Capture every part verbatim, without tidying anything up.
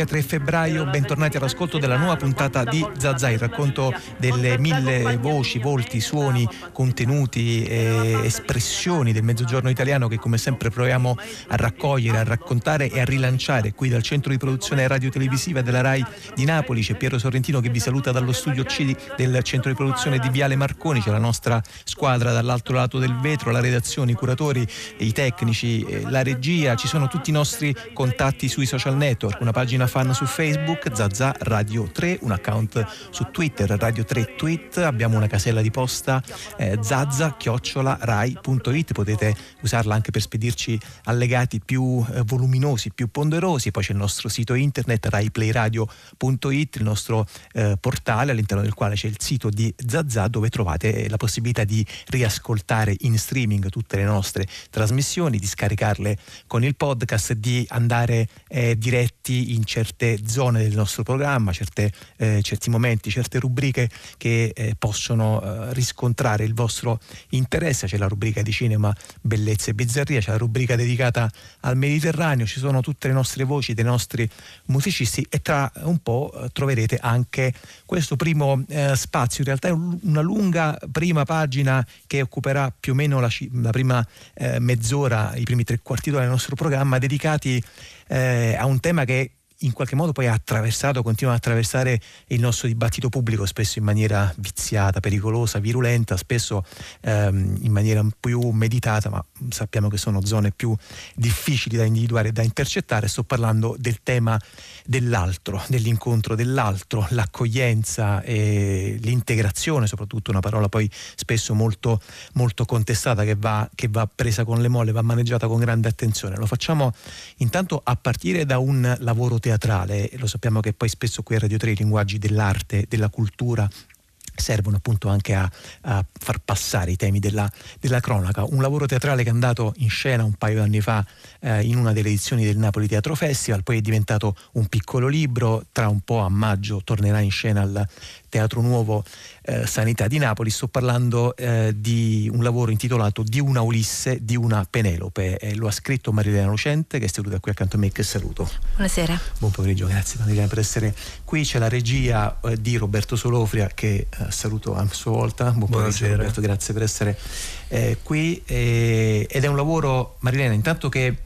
tre febbraio, bentornati all'ascolto della nuova puntata di Zazà, il racconto delle mille voci, volti, suoni, contenuti e espressioni del mezzogiorno italiano che come sempre proviamo a raccogliere, a raccontare e a rilanciare qui dal centro di produzione radio-televisiva della RAI di Napoli. C'è Piero Sorrentino che vi saluta dallo studio C del centro di produzione di Viale Marconi, c'è la nostra squadra dall'altro lato del vetro, la redazione, i curatori, i tecnici, la regia, ci sono tutti i nostri contatti sui social network, una pagina fan su Facebook, Zazà Radio tre, un account su Twitter, Radio tre Tweet, abbiamo una casella di posta eh, zazza chiocciola rai punto it, potete usarla anche per spedirci allegati più eh, voluminosi, più ponderosi. Poi c'è il nostro sito internet rai play radio punto it, il nostro eh, portale all'interno del quale c'è il sito di Zazà, dove trovate la possibilità di riascoltare in streaming tutte le nostre trasmissioni, di scaricarle con il podcast, di andare eh, diretti in certe zone del nostro programma, certe, eh, certi momenti, certe rubriche che eh, possono eh, riscontrare il vostro interesse. C'è la rubrica di cinema, bellezza e bizzarria, c'è la rubrica dedicata al Mediterraneo, ci sono tutte le nostre voci dei nostri musicisti e tra un po' eh, troverete anche questo primo eh, spazio. In realtà è un, una lunga prima pagina che occuperà più o meno la, la prima eh, mezz'ora, i primi tre quarti d'ora del nostro programma, dedicati eh, a un tema che in qualche modo poi ha attraversato, continua ad attraversare il nostro dibattito pubblico, spesso in maniera viziata, pericolosa, virulenta, spesso ehm, in maniera più meditata, ma sappiamo che sono zone più difficili da individuare e da intercettare. Sto parlando del tema dell'altro, dell'incontro dell'altro, l'accoglienza e l'integrazione, soprattutto una parola poi spesso molto, molto contestata, che va, che va presa con le molle, va maneggiata con grande attenzione. Lo facciamo intanto a partire da un lavoro teatrale. Lo sappiamo che poi spesso qui a Radio tre i linguaggi dell'arte, della cultura servono appunto anche a, a far passare i temi della, della cronaca. Un lavoro teatrale che è andato in scena un paio d'anni fa eh, in una delle edizioni del Napoli Teatro Festival, poi è diventato un piccolo libro, tra un po' a maggio tornerà in scena al Teatro Nuovo eh, Sanità di Napoli. Sto parlando eh, di un lavoro intitolato Di una Ulisse, di una Penelope. Eh, lo ha scritto Marilena Lucente, che è seduta qui accanto a me, che saluto. Buonasera. Buon pomeriggio, grazie Marilena per essere qui. C'è la regia eh, di Roberto Solofria, che eh, saluto a sua volta. Buon pomeriggio Roberto, grazie per essere eh, qui. Eh, ed è un lavoro, Marilena, intanto che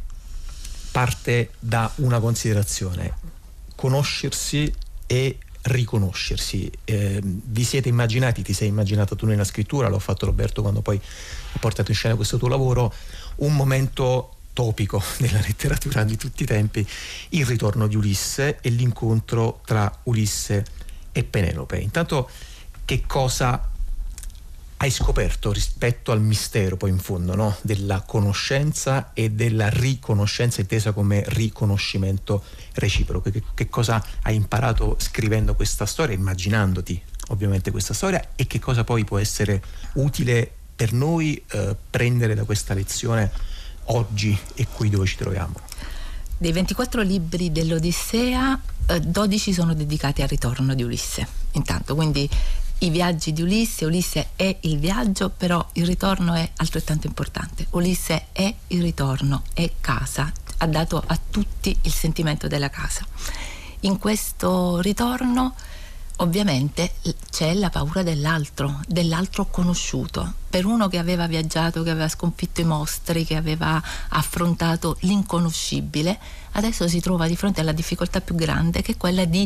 parte da una considerazione: conoscersi e riconoscersi. Eh, vi siete immaginati, ti sei immaginata tu nella scrittura, l'ho fatto Roberto quando poi hai portato in scena questo tuo lavoro, un momento topico nella letteratura di tutti i tempi, il ritorno di Ulisse e l'incontro tra Ulisse e Penelope. Intanto, che cosa hai scoperto rispetto al mistero poi in fondo, no? della conoscenza e della riconoscenza intesa come riconoscimento reciproco? Che, che cosa hai imparato scrivendo questa storia, immaginandoti ovviamente questa storia, e che cosa poi può essere utile per noi eh, prendere da questa lezione oggi e qui dove ci troviamo? Dei ventiquattro libri dell'Odissea, eh, dodici sono dedicati al ritorno di Ulisse. Intanto, quindi i viaggi di Ulisse, Ulisse è il viaggio, però il ritorno è altrettanto importante. Ulisse è il ritorno, è casa, ha dato a tutti il sentimento della casa. In questo ritorno ovviamente c'è la paura dell'altro, dell'altro conosciuto. Per uno che aveva viaggiato, che aveva sconfitto i mostri, che aveva affrontato l'inconoscibile, adesso si trova di fronte alla difficoltà più grande, che è quella di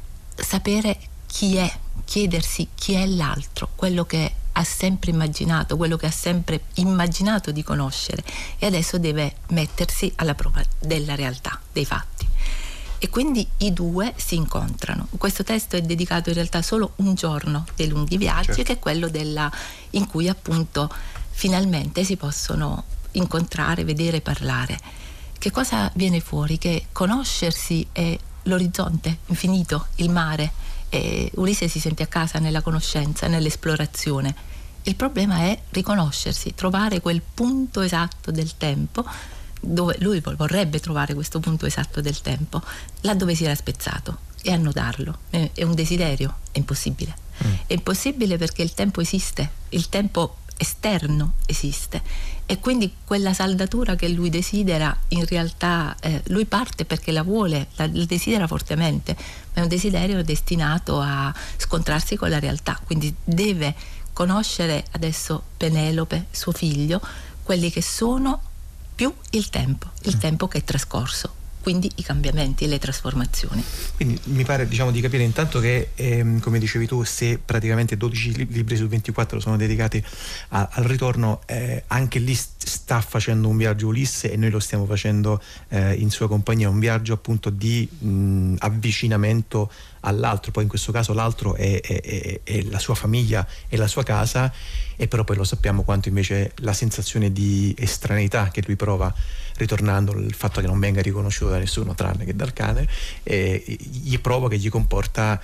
sapere chi è, chiedersi chi è l'altro, quello che ha sempre immaginato, quello che ha sempre immaginato di conoscere, e adesso deve mettersi alla prova della realtà, dei fatti. E quindi i due si incontrano. Questo testo è dedicato in realtà solo un giorno dei lunghi viaggi, certo, che è quello della, in cui appunto finalmente si possono incontrare, vedere, parlare. Che cosa viene fuori? Che conoscersi è l'orizzonte infinito, il mare. E Ulisse si sente a casa nella conoscenza, nell'esplorazione. Il problema è riconoscersi, trovare quel punto esatto del tempo, dove lui vorrebbe trovare questo punto esatto del tempo, là dove si era spezzato, e annodarlo. È un desiderio, è impossibile. Mm. È impossibile perché il tempo esiste, il tempo esterno esiste, e quindi quella saldatura che lui desidera in realtà eh, lui parte perché la vuole, la, la desidera fortemente, ma è un desiderio destinato a scontrarsi con la realtà, quindi deve conoscere adesso Penelope, suo figlio, quelli che sono più il tempo, il mm. tempo che è trascorso, quindi i cambiamenti e le trasformazioni. Quindi mi pare, diciamo, di capire intanto che ehm, come dicevi tu, se praticamente dodici libri su ventiquattro sono dedicati a, al ritorno, eh, anche lì sta facendo un viaggio Ulisse, e noi lo stiamo facendo eh, in sua compagnia, un viaggio appunto di mh, avvicinamento all'altro. Poi in questo caso l'altro è, è, è, è la sua famiglia e la sua casa, e però poi lo sappiamo quanto invece la sensazione di estraneità che lui prova ritornando, il fatto che non venga riconosciuto da nessuno tranne che dal cane, eh, gli provoca, che gli comporta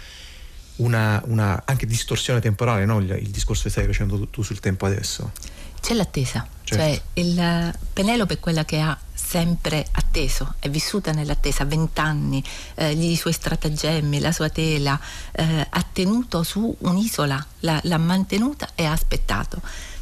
una, una anche distorsione temporale, no? il, il discorso che stai facendo tu, tu sul tempo adesso. C'è l'attesa, certo. Cioè il Penelope è quella che ha sempre atteso, è vissuta nell'attesa, vent'anni, eh, i suoi stratagemmi, la sua tela, eh, ha tenuto su un'isola, l'ha, l'ha mantenuta e ha aspettato.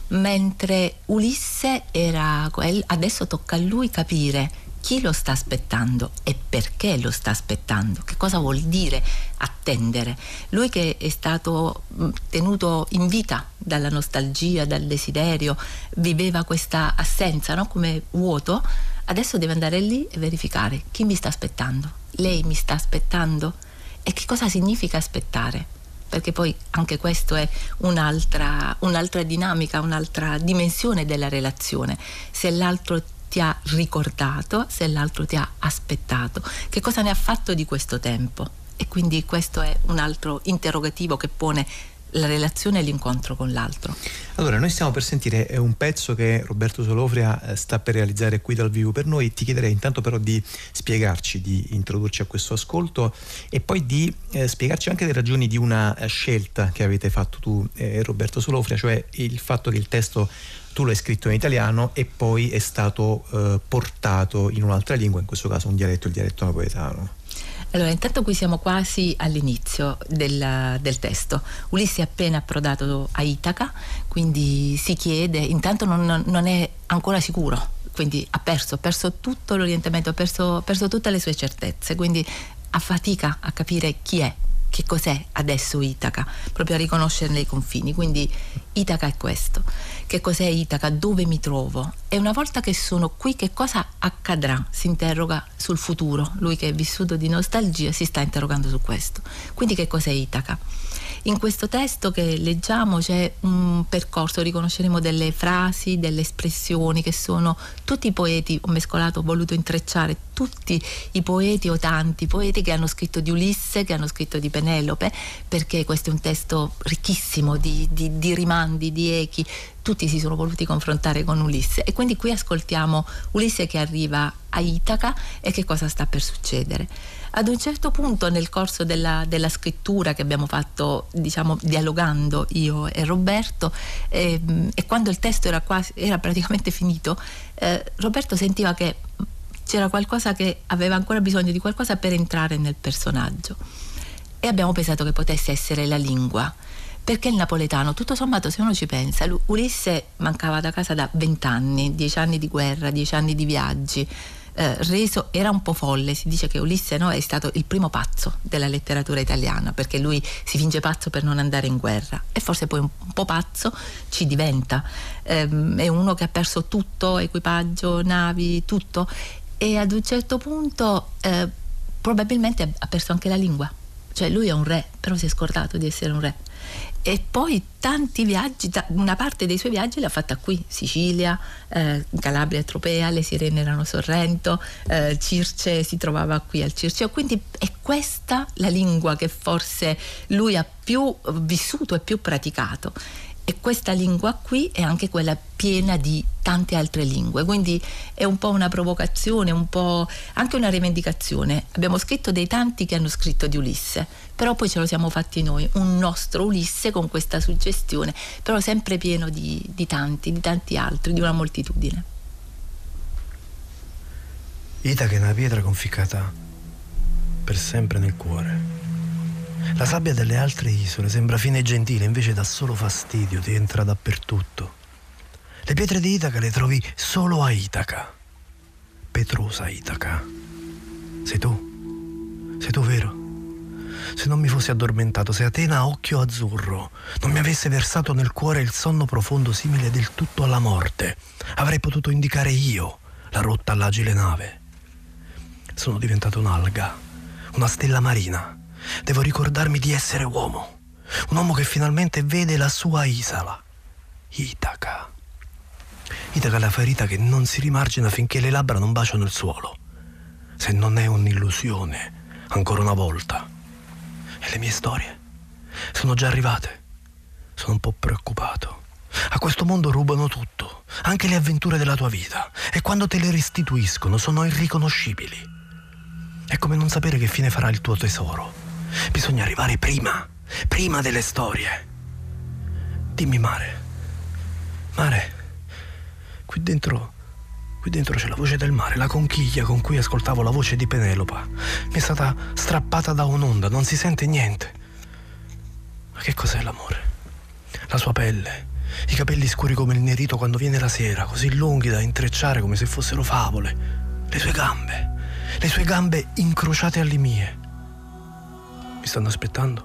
Mentre Ulisse era, adesso tocca a lui capire chi lo sta aspettando e perché lo sta aspettando, che cosa vuol dire attendere. Lui che è stato tenuto in vita dalla nostalgia, dal desiderio, viveva questa assenza, no? Come vuoto, adesso deve andare lì e verificare chi mi sta aspettando, lei mi sta aspettando, e che cosa significa aspettare. Perché poi anche questo è un'altra, un'altra dinamica, un'altra dimensione della relazione. Se l'altro ti ha ricordato, se l'altro ti ha aspettato, che cosa ne ha fatto di questo tempo? E quindi questo è un altro interrogativo che pone la relazione e l'incontro con l'altro. Allora, noi stiamo per sentire un pezzo che Roberto Solofria sta per realizzare qui dal vivo per noi. Ti chiederei intanto però di spiegarci, di introdurci a questo ascolto, e poi di eh, spiegarci anche le ragioni di una scelta che avete fatto tu e eh, Roberto Solofria, cioè il fatto che il testo tu l'hai scritto in italiano e poi è stato eh, portato in un'altra lingua, in questo caso un dialetto, il dialetto napoletano. Allora, intanto qui siamo quasi all'inizio del, del testo. Ulisse è appena approdato a Itaca, quindi si chiede, intanto non, non è ancora sicuro, quindi ha perso, ha perso tutto l'orientamento, ha perso, ha perso tutte le sue certezze, quindi ha fatica a capire chi è, che cos'è adesso Itaca, proprio a riconoscerne i confini. Quindi Itaca è questo, che cos'è Itaca, dove mi trovo, e una volta che sono qui che cosa accadrà, si interroga sul futuro. Lui che è vissuto di nostalgia si sta interrogando su questo. Quindi che cos'è Itaca? In questo testo che leggiamo c'è un percorso, riconosceremo delle frasi, delle espressioni che sono tutti i poeti, ho mescolato, ho voluto intrecciare tutti i poeti o tanti poeti che hanno scritto di Ulisse, che hanno scritto di Penelope, perché questo è un testo ricchissimo di, di, di rimandi, di echi, tutti si sono voluti confrontare con Ulisse, e quindi qui ascoltiamo Ulisse che arriva a Itaca e che cosa sta per succedere. Ad un certo punto nel corso della, della scrittura che abbiamo fatto, diciamo, dialogando io e Roberto, eh, e quando il testo era quasi, era praticamente finito, eh, Roberto sentiva che c'era qualcosa, che aveva ancora bisogno di qualcosa per entrare nel personaggio, e abbiamo pensato che potesse essere la lingua, perché il napoletano, tutto sommato, se uno ci pensa, Ulisse mancava da casa da vent'anni, dieci anni di guerra, dieci anni di viaggi, eh, reso, era un po' folle. Si dice che Ulisse, no, è stato il primo pazzo della letteratura italiana, perché lui si finge pazzo per non andare in guerra, e forse poi un, un po' pazzo ci diventa. Ehm, è uno che ha perso tutto, equipaggio, navi, tutto, e ad un certo punto eh, probabilmente ha perso anche la lingua. Cioè lui è un re, però si è scordato di essere un re. E poi tanti viaggi, una parte dei suoi viaggi l'ha fatta qui, Sicilia, eh, Calabria e Tropea, le sirene erano a Sorrento, eh, Circe si trovava qui al Circeo, quindi è questa la lingua che forse lui ha più vissuto e più praticato. E questa lingua qui è anche quella piena di tante altre lingue, quindi è un po' una provocazione, un po' anche una rivendicazione. Abbiamo scritto dei tanti che hanno scritto di Ulisse, però poi ce lo siamo fatti noi, un nostro Ulisse con questa suggestione, però sempre pieno di, di tanti, di tanti altri, di una moltitudine. Itaca è una pietra conficcata per sempre nel cuore. La sabbia delle altre isole sembra fine e gentile, invece dà solo fastidio, ti entra dappertutto. Le pietre di Itaca le trovi solo a Itaca. Petrusa Itaca. Sei tu? Sei tu, vero? Se non mi fossi addormentato, se Atena, occhio azzurro, non mi avesse versato nel cuore il sonno profondo simile del tutto alla morte, avrei potuto indicare io la rotta all'agile nave. Sono diventato un'alga, una stella marina. Devo ricordarmi di essere uomo, un uomo che finalmente vede la sua isola, Itaca. Itaca è la ferita che non si rimargina finché le labbra non baciano il suolo. Se non è un'illusione, ancora una volta. E le mie storie sono già arrivate. Sono un po' preoccupato. A questo mondo rubano tutto, anche le avventure della tua vita, e quando te le restituiscono sono irriconoscibili. È come non sapere che fine farà il tuo tesoro. Bisogna arrivare prima, prima delle storie. Dimmi, Mare, Mare, qui dentro, qui dentro c'è la voce del mare, la conchiglia con cui ascoltavo la voce di Penelopa. Mi è stata strappata da un'onda, non si sente niente. Ma che cos'è l'amore? La sua pelle, i capelli scuri come il nerito quando viene la sera, così lunghi da intrecciare come se fossero favole. Le sue gambe, le sue gambe incrociate alle mie. Mi stanno aspettando?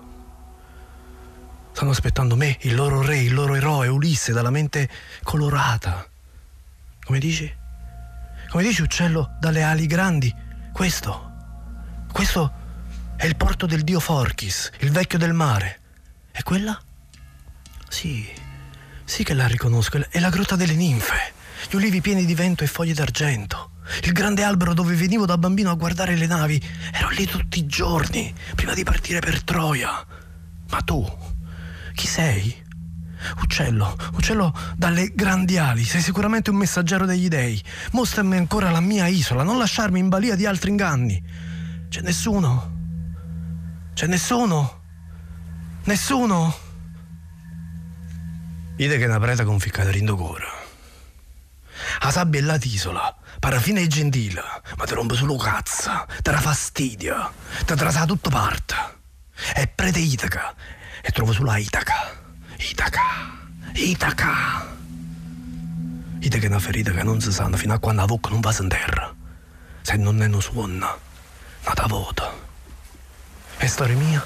Stanno aspettando me, il loro re, il loro eroe, Ulisse, dalla mente colorata. Come dici? Come dici, uccello dalle ali grandi? Questo, questo è il porto del dio Forchis, il vecchio del mare. E quella? Sì, sì che la riconosco, è la grotta delle ninfe, gli ulivi pieni di vento e foglie d'argento. Il grande albero dove venivo da bambino a guardare le navi. Ero lì tutti i giorni, prima di partire per Troia. Ma tu, chi sei? Uccello, uccello dalle grandi ali, sei sicuramente un messaggero degli dei. Mostrami ancora la mia isola, non lasciarmi in balia di altri inganni. C'è nessuno? C'è nessuno? Nessuno? Vede che è una preda conficcata rindocora. A sabbia è la t'isola, parafina e gentile, ma ti rompe solo cazzo, ti dà fastidio, ti trasa da tutta parte. È prete Itaca, e trovo solo a Itaca. Itaca, Itaca. Itaca è una ferita che non si sanno fino a quando la bocca non va in terra. Se non è una suona, nata vuota. È storia mia?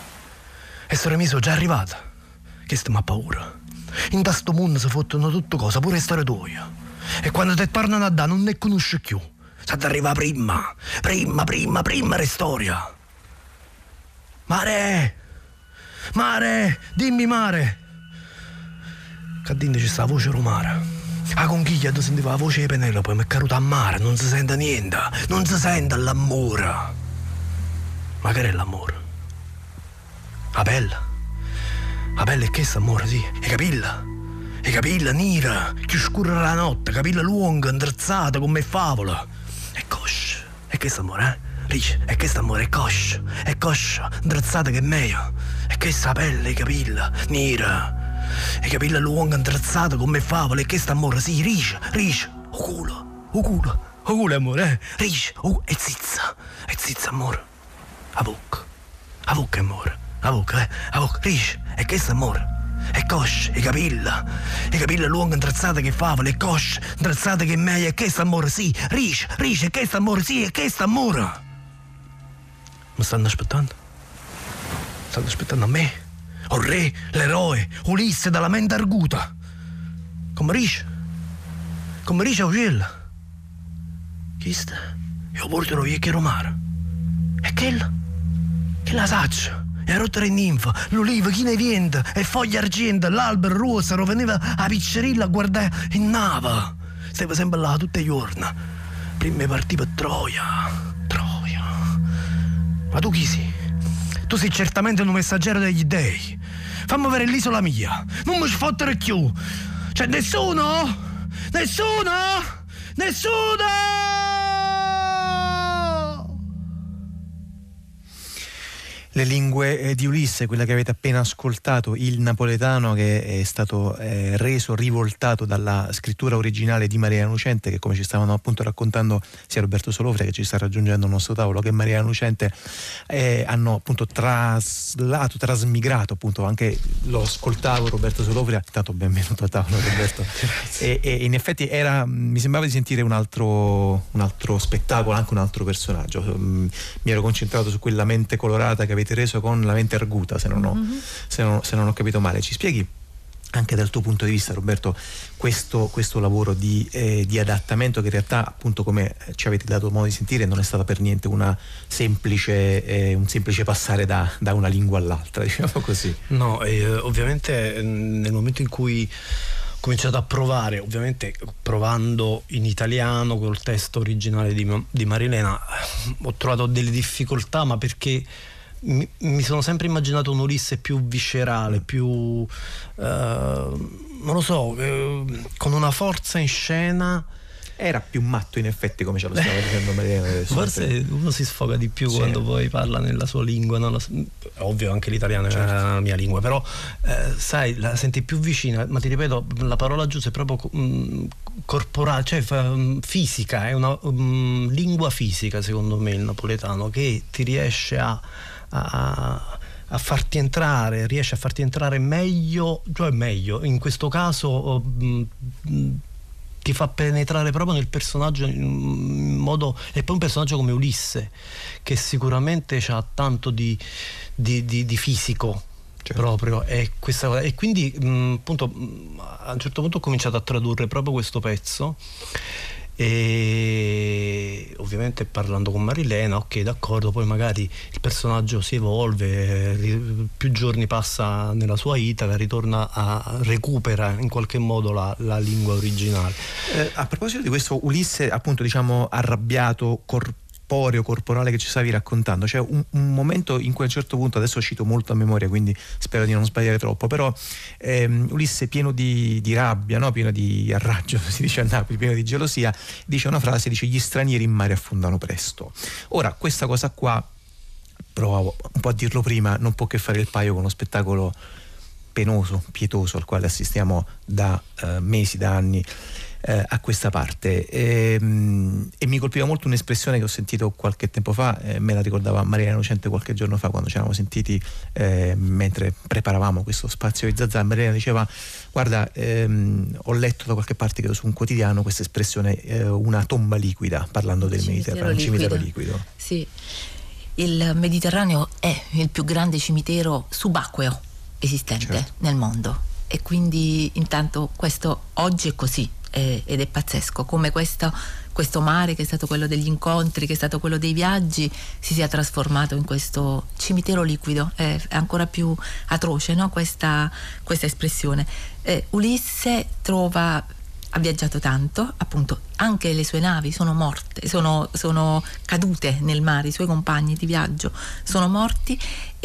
È storia mia, sono già arrivata. Che sta ma paura. In questo mondo si fottono tutte cose, pure storia tua. E quando ti tornano a dare non ne conosci più. Se ti arriva prima, prima, prima, prima le storia. Mare! Mare! Dimmi, Mare! Che dentro ci sta la voce romara. A conchiglia tu sentiva la voce di Penelope, mi è caduta a mare, non si sente niente, non si sente l'amore. Ma che è l'amore? La pelle? La pelle è che sta amore, sì, i capelli? I capelli nera, più scura la notte, capelli lunghi, indrezzati come favola. E coscia, e che sta amore, eh? Dice, e che sta amore, è coscia, è coscia, indrezzata che è meglio. E che sta pelle, i capelli nera. I capelli lunghi, indrezzati come favole, e che sta amore, sì, rice, rice, o culo, o culo, o culo amore, eh? Rice, o, e zizza, e zizza amore. A bocca, a bocca amore, a bocca, eh? A bocca, rice, e che sta amore. E cosce, i capelli, i capelli lunghi indrezzati che favole, e cosce, indrezzate che meglio, e che sta amore, sì, rice, rice, e che sta amore, sì, e che sta amore. Mi stanno aspettando? Stanno aspettando a me? O re, l'eroe, Ulisse dalla mente arguta. Come rice? Come rice uccello? Chi sta? Io porto via che romara. E che la? Che la saccia? E a rottere ninfa, l'oliva, chi ne viene, e foglie argento, l'albero rosa, veniva a piccerilla a guardare in nava. Stava sempre là tutti i giorni. Prima partiva a Troia. Troia. Ma tu chi sei? Tu sei certamente un messaggero degli dei. Fammi vedere l'isola mia. Non mi sfottere più. C'è nessuno? Nessuno? Nessuno? Le lingue di Ulisse, quella che avete appena ascoltato, il napoletano, che è stato eh, reso rivoltato dalla scrittura originale di Mariana Lucente, che come ci stavano appunto raccontando sia Roberto Solofria, che ci sta raggiungendo al nostro tavolo, che Mariana Lucente, eh, hanno appunto traslato, trasmigrato, appunto anche lo ascoltavo Roberto Solofria, tanto benvenuto a tavolo Roberto, e, e in effetti era, mi sembrava di sentire un altro, un altro spettacolo, anche un altro personaggio. Mi ero concentrato su quella mente colorata che avete reso con la mente arguta, se non ho, mm-hmm. se non, se non ho capito male. Ci spieghi anche dal tuo punto di vista, Roberto, questo, questo lavoro di, eh, di adattamento, che in realtà, appunto, come ci avete dato modo di sentire, non è stata per niente una semplice, eh, un semplice passare da, da una lingua all'altra, diciamo così. No, eh, ovviamente nel momento in cui ho cominciato a provare, ovviamente provando in italiano col testo originale di, di Marilena, ho trovato delle difficoltà, ma perché Mi, mi sono sempre immaginato un Ulisse più viscerale, più eh, non lo so, eh, con una forza in scena. Era più matto, in effetti, come ce lo stava dicendo Mariana. Forse uno si sfoga di più, sì, quando poi parla nella sua lingua, no? Ovvio, anche l'italiano, certo, è la mia lingua, però eh, sai, la senti più vicina. Ma ti ripeto, la parola giusta è proprio mh, corporale, cioè f- fisica, è una mh, lingua fisica, secondo me, il napoletano, che ti riesce a A, a farti entrare, riesce a farti entrare meglio, cioè meglio, in questo caso mh, mh, ti fa penetrare proprio nel personaggio in modo, è poi un personaggio come Ulisse, che sicuramente ha tanto di, di, di, di fisico, certo, proprio, e, questa, e quindi mh, appunto mh, a un certo punto ho cominciato a tradurre proprio questo pezzo. E ovviamente parlando con Marilena, ok, d'accordo, poi magari il personaggio si evolve, più giorni passa nella sua Itaca, ritorna a recupera in qualche modo la, la lingua originale. Eh, a proposito di questo Ulisse, appunto, diciamo arrabbiato, corporeo, corporale, che ci stavi raccontando, c'è un, un momento in cui a un certo punto, adesso cito molto a memoria, quindi spero di non sbagliare troppo, però ehm, Ulisse, pieno di, di rabbia, no? Pieno di arraggio, si dice a Napoli, pieno di gelosia, dice una frase, dice: gli stranieri in mare affondano presto. Ora, questa cosa qua, provavo un po' a dirlo prima, non può che fare il paio con lo spettacolo penoso, pietoso al quale assistiamo da eh, mesi, da anni Eh, a questa parte, e, e mi colpiva molto un'espressione che ho sentito qualche tempo fa, eh, me la ricordava Mariana Lucente qualche giorno fa, quando ci eravamo sentiti eh, mentre preparavamo questo spazio di Zazà. Mariana diceva: guarda, ehm, ho letto da qualche parte, credo su un quotidiano, questa espressione, eh, una tomba liquida, parlando del Mediterraneo, un cimitero liquido. Sì, il Mediterraneo è il più grande cimitero subacqueo esistente, certo, nel mondo, e quindi intanto questo oggi è così. Ed è pazzesco come questo, questo mare, che è stato quello degli incontri, che è stato quello dei viaggi, si sia trasformato in questo cimitero liquido. È ancora più atroce, no? questa, questa espressione. eh, Ulisse trova, ha viaggiato tanto, appunto, anche le sue navi sono morte, sono, sono cadute nel mare, i suoi compagni di viaggio sono morti,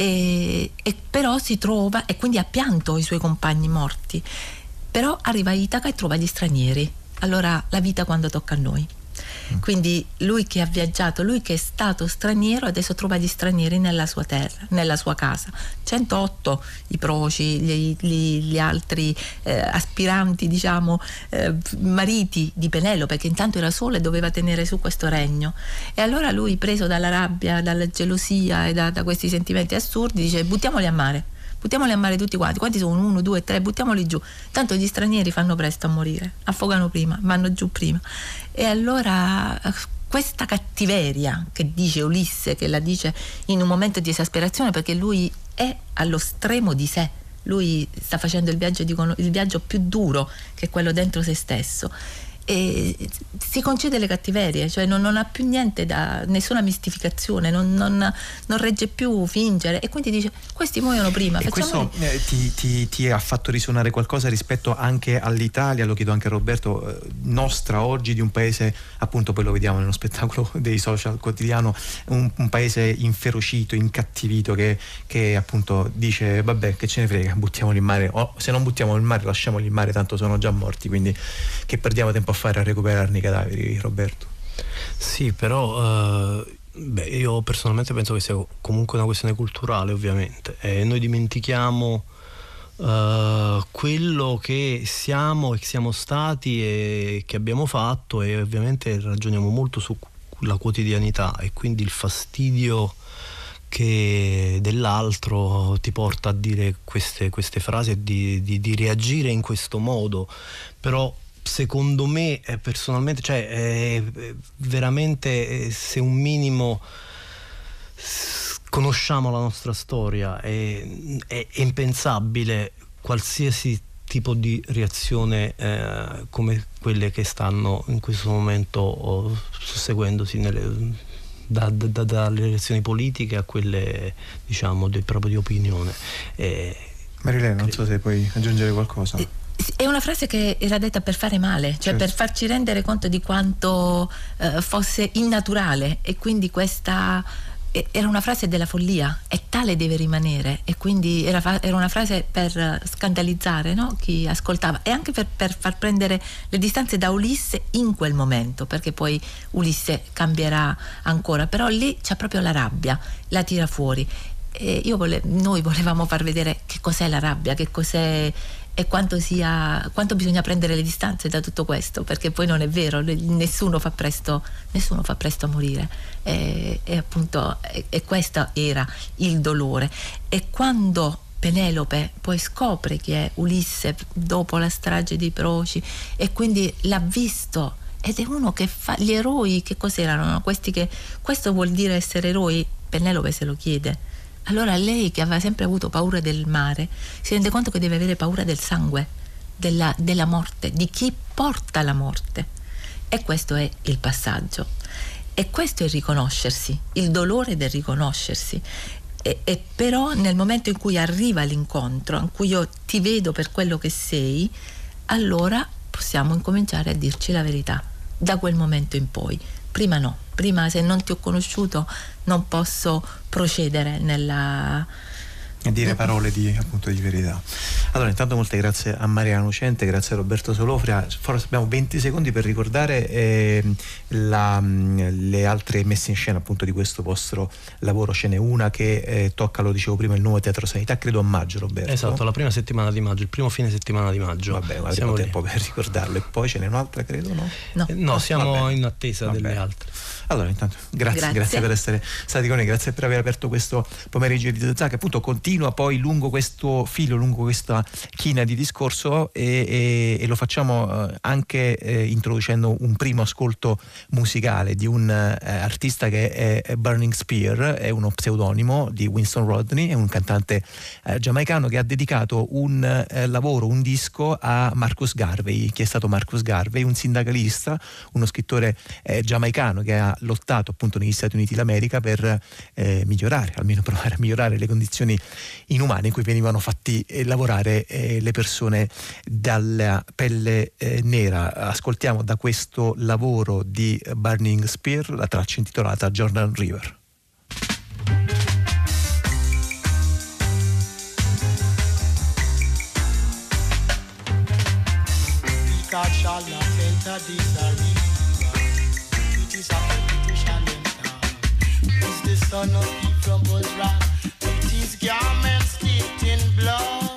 e, e però si trova, e quindi ha pianto i suoi compagni morti. Però arriva a Itaca e trova gli stranieri. Allora la vita quando tocca a noi. Quindi lui che ha viaggiato, lui che è stato straniero, adesso trova gli stranieri nella sua terra, nella sua casa. centootto i proci, gli, gli, gli altri eh, aspiranti, diciamo, eh, mariti di Penelope, che intanto era sola e doveva tenere su questo regno. E allora lui, preso dalla rabbia, dalla gelosia e da, da questi sentimenti assurdi, dice: buttiamoli a mare. Buttiamoli a mare tutti quanti. Quanti sono? Uno, due, tre, buttiamoli giù. Tanto gli stranieri fanno presto a morire, affogano prima, vanno giù prima. E allora questa cattiveria che dice Ulisse, che la dice in un momento di esasperazione, perché lui è allo stremo di sé, lui sta facendo il viaggio, dicono, il viaggio più duro, che è quello dentro se stesso, e si concede le cattiverie, cioè non, non ha più niente da, nessuna mistificazione, non, non, non regge più fingere, e quindi dice: questi muoiono prima. E questo eh, ti, ti, ti ha fatto risuonare qualcosa rispetto anche all'Italia, lo chiedo anche a Roberto, eh, nostra oggi, di un paese, appunto, poi lo vediamo nello spettacolo dei social quotidiano, un, un paese inferocito, incattivito, che, che appunto dice: vabbè, che ce ne frega, buttiamoli in mare, o se non buttiamo in mare lasciamoli in mare, tanto sono già morti, quindi che perdiamo tempo a fare a recuperarne i cadaveri, Roberto? Sì, però uh, Beh, io personalmente penso che sia comunque una questione culturale, ovviamente. Eh, noi dimentichiamo uh, quello che siamo e che siamo stati e che abbiamo fatto, e ovviamente ragioniamo molto sulla quotidianità, e quindi il fastidio che dell'altro ti porta a dire queste, queste frasi e di, di, di reagire in questo modo. Però secondo me eh, personalmente, cioè eh, veramente eh, se un minimo conosciamo la nostra storia è, è, è impensabile qualsiasi tipo di reazione eh, come quelle che stanno in questo momento oh, susseguendosi nelle, da, da, dalle elezioni politiche a quelle, diciamo, di, proprio di opinione. eh, Marilena, non so se puoi aggiungere qualcosa. È una frase che era detta per fare male, cioè certo, per farci rendere conto di quanto eh, fosse innaturale, e quindi questa era una frase della follia, e tale deve rimanere, e quindi era, era una frase per scandalizzare, no? Chi ascoltava, e anche per, per far prendere le distanze da Ulisse in quel momento, perché poi Ulisse cambierà ancora, però lì c'è proprio la rabbia, la tira fuori. E io vole, noi volevamo far vedere che cos'è la rabbia, che cos'è e quanto sia, quanto bisogna prendere le distanze da tutto questo, perché poi non è vero, nessuno fa presto, nessuno fa presto a morire, e, e appunto e, e questo era il dolore. E quando Penelope poi scopre chi è Ulisse dopo la strage di Proci, e quindi l'ha visto, ed è uno che fa gli eroi, che cos'erano questi, che questo vuol dire essere eroi? Penelope se lo chiede. Allora lei, che aveva sempre avuto paura del mare, si rende conto che deve avere paura del sangue, della, della morte, di chi porta la morte. E questo è il passaggio. E questo è il riconoscersi, il dolore del riconoscersi. E, e però nel momento in cui arriva l'incontro, in cui io ti vedo per quello che sei, allora possiamo incominciare a dirci la verità. Da quel momento in poi. Prima no, prima se non ti ho conosciuto non posso procedere nella... e dire parole di, appunto, di verità. Allora, intanto molte grazie a Mariana Lucente, grazie a Roberto Solofria. Forse abbiamo venti secondi per ricordare eh, la, le altre messe in scena, appunto, di questo vostro lavoro. Ce n'è una che eh, tocca, lo dicevo prima, il Nuovo Teatro Sanità, credo a maggio, Roberto. Esatto, la prima settimana di maggio, il primo fine settimana di maggio. Vabbè, avremo tempo per ricordarlo. E poi ce n'è un'altra, credo, no? No, eh, no, siamo Vabbè. in attesa Vabbè. delle altre. Allora, intanto grazie, grazie, grazie per essere stati con noi, grazie per aver aperto questo pomeriggio di Zazà, che appunto continua poi lungo questo filo, lungo questa china di discorso, e, e, e lo facciamo anche eh, introducendo un primo ascolto musicale di un eh, artista che è, è Burning Spear, è uno pseudonimo di Winston Rodney, è un cantante eh, giamaicano che ha dedicato un eh, lavoro, un disco a Marcus Garvey. Chi è stato Marcus Garvey? Un sindacalista, uno scrittore eh, giamaicano che ha lottato appunto negli Stati Uniti d'America per eh, migliorare, almeno provare a migliorare le condizioni inumane in cui venivano fatti eh, lavorare eh, le persone dalla pelle eh, nera. Ascoltiamo da questo lavoro di Burning Spear la traccia intitolata Jordan River. Is the son of Ephraim's wrath, with his garments steeped in blood.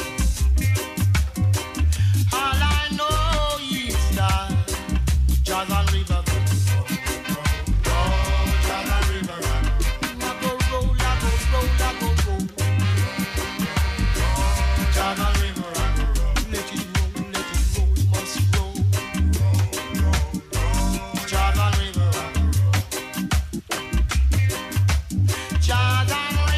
All I know is that Jordan River goes, oh, Jordan River, I go roll, I go roll, I go roll. Oh, Jordan River, I go roll, let it roll, let it roll, it must roll. Roll, roll, roll. Jordan River, I go roll. Jordan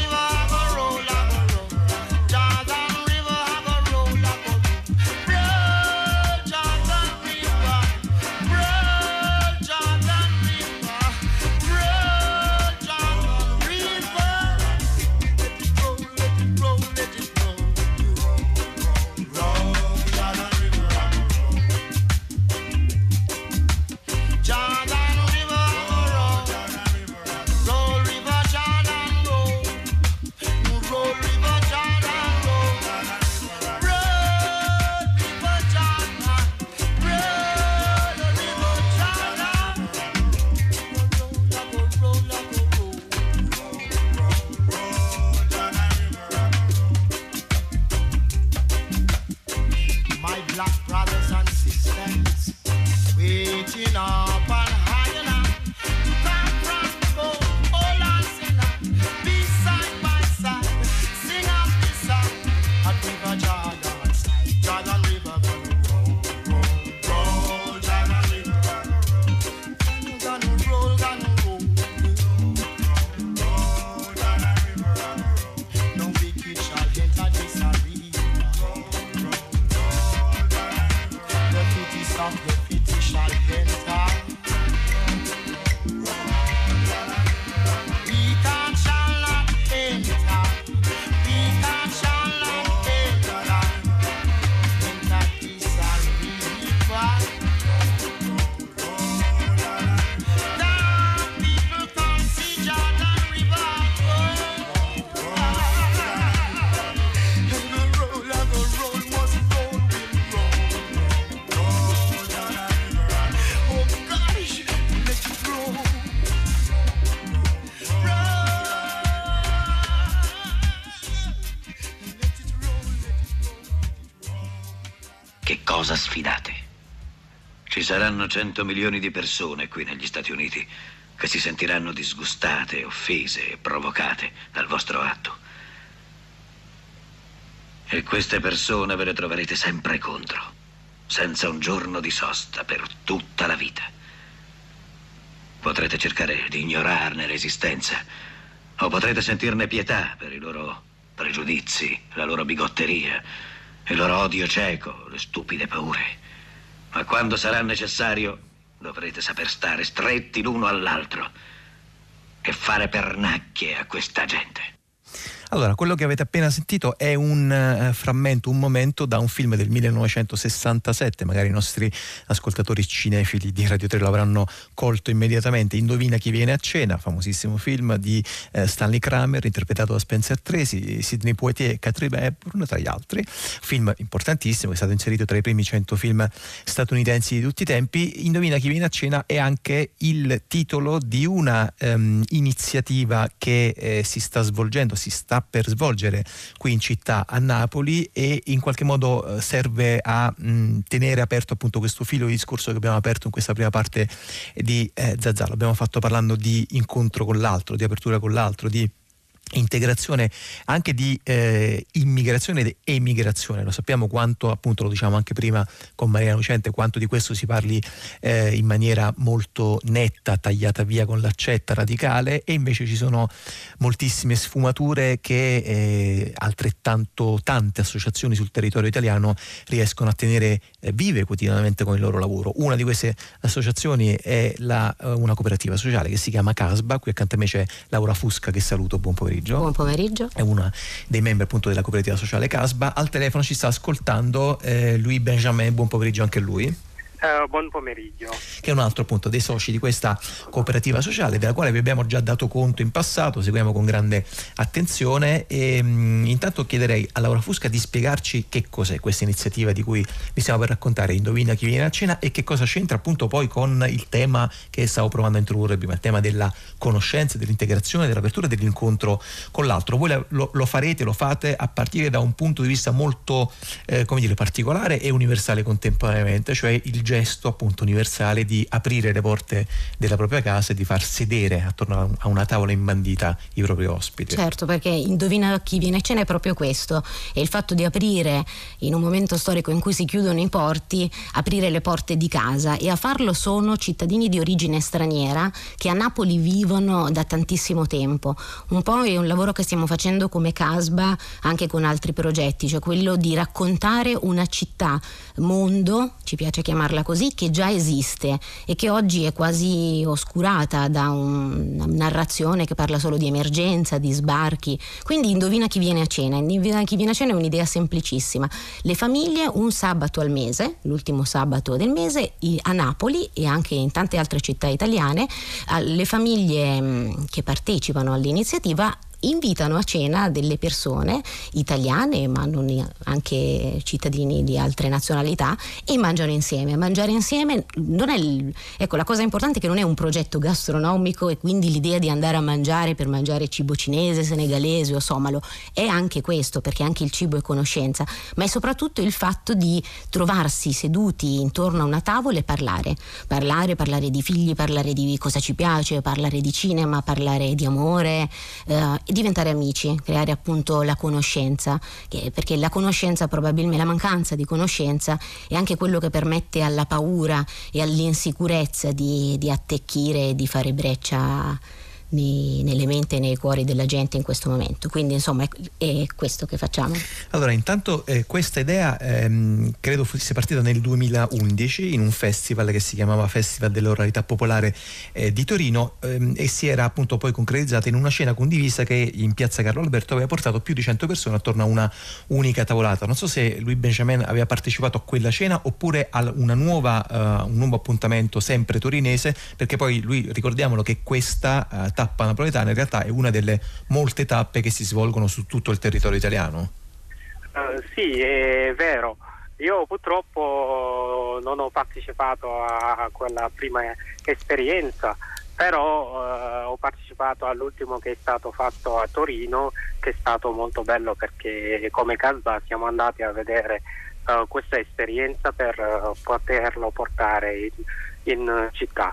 Che cosa sfidate? Ci saranno cento milioni di persone qui negli Stati Uniti che si sentiranno disgustate, offese e provocate dal vostro atto. E queste persone ve le troverete sempre contro, senza un giorno di sosta per tutta la vita. Potrete cercare di ignorarne l'esistenza, o potrete sentirne pietà per i loro pregiudizi, la loro bigotteria, il loro odio cieco, le stupide paure. Ma quando sarà necessario, dovrete saper stare stretti l'uno all'altro e fare pernacchie a questa gente. Allora, quello che avete appena sentito è un uh, frammento, un momento da un film del millenovecentosessantasette, magari i nostri ascoltatori cinefili di Radio tre lo avranno colto immediatamente. Indovina chi viene a cena, famosissimo film di uh, Stanley Kramer, interpretato da Spencer Tracy, Sidney Poitier e Katharine Hepburn tra gli altri. Film importantissimo, che è stato inserito tra i primi cento film statunitensi di tutti i tempi. Indovina chi viene a cena è anche il titolo di una um, iniziativa che eh, si sta svolgendo, si sta per svolgere qui in città a Napoli, e in qualche modo eh, serve a mh, tenere aperto appunto questo filo di discorso che abbiamo aperto in questa prima parte di eh, Zazà. L'abbiamo fatto parlando di incontro con l'altro, di apertura con l'altro, di integrazione, anche di eh, immigrazione ed emigrazione. Lo sappiamo quanto, appunto lo diciamo anche prima con Maria Lucente, quanto di questo si parli eh, in maniera molto netta, tagliata via con l'accetta radicale, e invece ci sono moltissime sfumature che eh, altrettanto tante associazioni sul territorio italiano riescono a tenere eh, vive quotidianamente con il loro lavoro. Una di queste associazioni è la, una cooperativa sociale che si chiama Casba. Qui accanto a me c'è Laura Fusca, che saluto, buon pomeriggio. Buon pomeriggio. È una dei membri appunto della cooperativa sociale Casba. Al telefono ci sta ascoltando eh, Louis Benjamin, buon pomeriggio anche a lui. Uh, buon pomeriggio. Che è un altro appunto dei soci di questa cooperativa sociale, della quale vi abbiamo già dato conto in passato, seguiamo con grande attenzione. E mh, intanto chiederei a Laura Fusca di spiegarci che cos'è questa iniziativa di cui vi stiamo per raccontare, Indovina chi viene a cena, e che cosa c'entra appunto poi con il tema che stavo provando a introdurre prima, il tema della conoscenza, dell'integrazione, dell'apertura e dell'incontro con l'altro. Voi lo, lo farete, lo fate a partire da un punto di vista molto eh, come dire, particolare e universale contemporaneamente, cioè il gesto appunto universale di aprire le porte della propria casa e di far sedere attorno a una tavola imbandita i propri ospiti. Certo, perché Indovina chi viene a cena è proprio questo, è il fatto di aprire, in un momento storico in cui si chiudono i porti, aprire le porte di casa, e a farlo sono cittadini di origine straniera che a Napoli vivono da tantissimo tempo. Un po' è un lavoro che stiamo facendo come Casba anche con altri progetti, cioè quello di raccontare una città mondo, ci piace chiamarla così, che già esiste e che oggi è quasi oscurata da un, una narrazione che parla solo di emergenza, di sbarchi. Quindi Indovina chi viene a cena. Indovina chi viene a cena è un'idea semplicissima. Le famiglie un sabato al mese, l'ultimo sabato del mese, a Napoli e anche in tante altre città italiane, le famiglie che partecipano all'iniziativa invitano a cena delle persone italiane, ma non anche cittadini di altre nazionalità, e mangiano insieme. Mangiare insieme non è il, ecco, la cosa importante è che non è un progetto gastronomico, e quindi l'idea di andare a mangiare per mangiare cibo cinese, senegalese o somalo è anche questo, perché anche il cibo è conoscenza, ma è soprattutto il fatto di trovarsi seduti intorno a una tavola e parlare parlare, parlare di figli, parlare di cosa ci piace, parlare di cinema, parlare di amore, eh, diventare amici, creare appunto la conoscenza, che, perché la conoscenza, probabilmente la mancanza di conoscenza, è anche quello che permette alla paura e all'insicurezza di, di attecchire e di fare breccia nei, nelle menti e nei cuori della gente in questo momento. Quindi insomma è, è questo che facciamo. Allora intanto eh, questa idea ehm, credo fosse partita nel duemilaundici in un festival che si chiamava Festival dell'Oralità Popolare eh, di Torino, ehm, e si era appunto poi concretizzata in una cena condivisa che in piazza Carlo Alberto aveva portato più di cento persone attorno a una unica tavolata. Non so se Louis Benjamin aveva partecipato a quella cena oppure a una nuova, uh, un nuovo appuntamento sempre torinese, perché poi lui, ricordiamolo che questa uh, tappa napoletana in realtà è una delle molte tappe che si svolgono su tutto il territorio italiano. Uh, sì, è vero. Io purtroppo non ho partecipato a quella prima esperienza, però uh, ho partecipato all'ultimo che è stato fatto a Torino, che è stato molto bello, perché come Casba siamo andati a vedere uh, questa esperienza per uh, poterlo portare in, in città.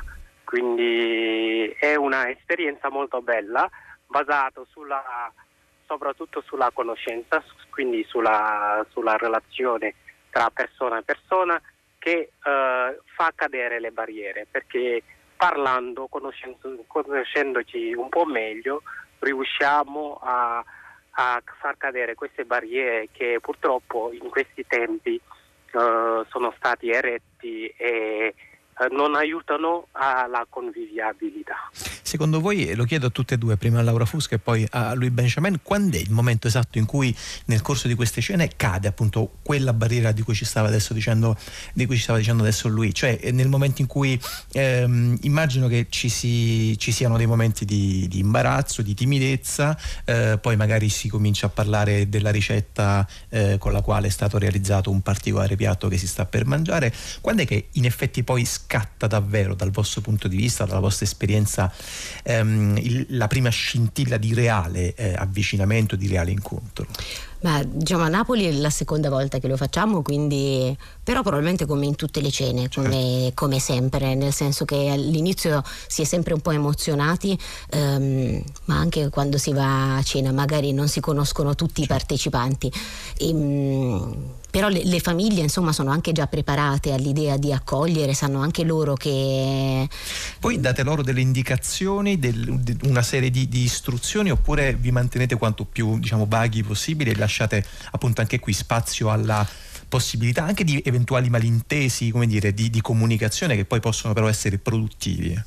Quindi è una esperienza molto bella, basata sulla, soprattutto sulla conoscenza, quindi sulla, sulla relazione tra persona e persona, che uh, fa cadere le barriere, perché parlando, conoscendo, conoscendoci un po' meglio, riusciamo a, a far cadere queste barriere che purtroppo in questi tempi uh, sono stati eretti e uh, non aiutano alla convivialità. Secondo voi, lo chiedo a tutte e due, prima a Laura Fusca e poi a Louis Benjamin, quando è il momento esatto in cui nel corso di queste scene cade appunto quella barriera di cui ci stava adesso dicendo di cui ci stava dicendo adesso lui, cioè nel momento in cui ehm, immagino che ci, si, ci siano dei momenti di, di imbarazzo, di timidezza, eh, poi magari si comincia a parlare della ricetta eh, con la quale è stato realizzato un particolare piatto che si sta per mangiare. Quando è che in effetti poi scatta davvero, dal vostro punto di vista, dalla vostra esperienza, ehm, il, la prima scintilla di reale eh, avvicinamento, di reale incontro? Ma diciamo, a Napoli è la seconda volta che lo facciamo, quindi però probabilmente come in tutte le cene, come, certo. come sempre, nel senso che all'inizio si è sempre un po' emozionati, ehm, ma anche quando si va a cena magari non si conoscono tutti certo. i partecipanti. E, mh, però le, le famiglie insomma sono anche già preparate all'idea di accogliere, sanno anche loro che... Poi date loro delle indicazioni, del, de, una serie di, di istruzioni, oppure vi mantenete quanto più diciamo vaghi possibile e lasciate appunto anche qui spazio alla possibilità anche di eventuali malintesi, come dire, di, di comunicazione che poi possono però essere produttivi?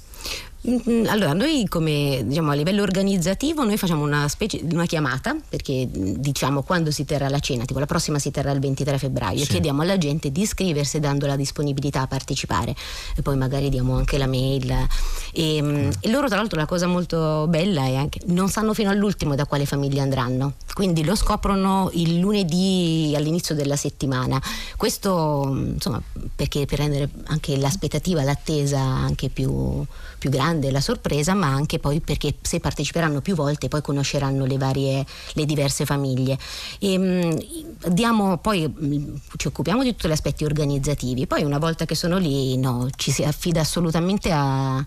Allora, noi come diciamo a livello organizzativo noi facciamo una specie una chiamata, perché diciamo quando si terrà la cena, tipo la prossima si terrà il ventitré febbraio, sì. chiediamo alla gente di iscriversi dando la disponibilità a partecipare e poi magari diamo anche la mail e, mm. e loro tra l'altro la cosa molto bella è anche non sanno fino all'ultimo da quale famiglia andranno, quindi lo scoprono il lunedì all'inizio della settimana. Questo insomma perché per rendere anche l'aspettativa, l'attesa anche più più grande, la sorpresa, ma anche poi perché se parteciperanno più volte poi conosceranno le varie, le diverse famiglie. E, mh, diamo poi mh, ci occupiamo di tutti gli aspetti organizzativi, poi una volta che sono lì no, ci si affida assolutamente a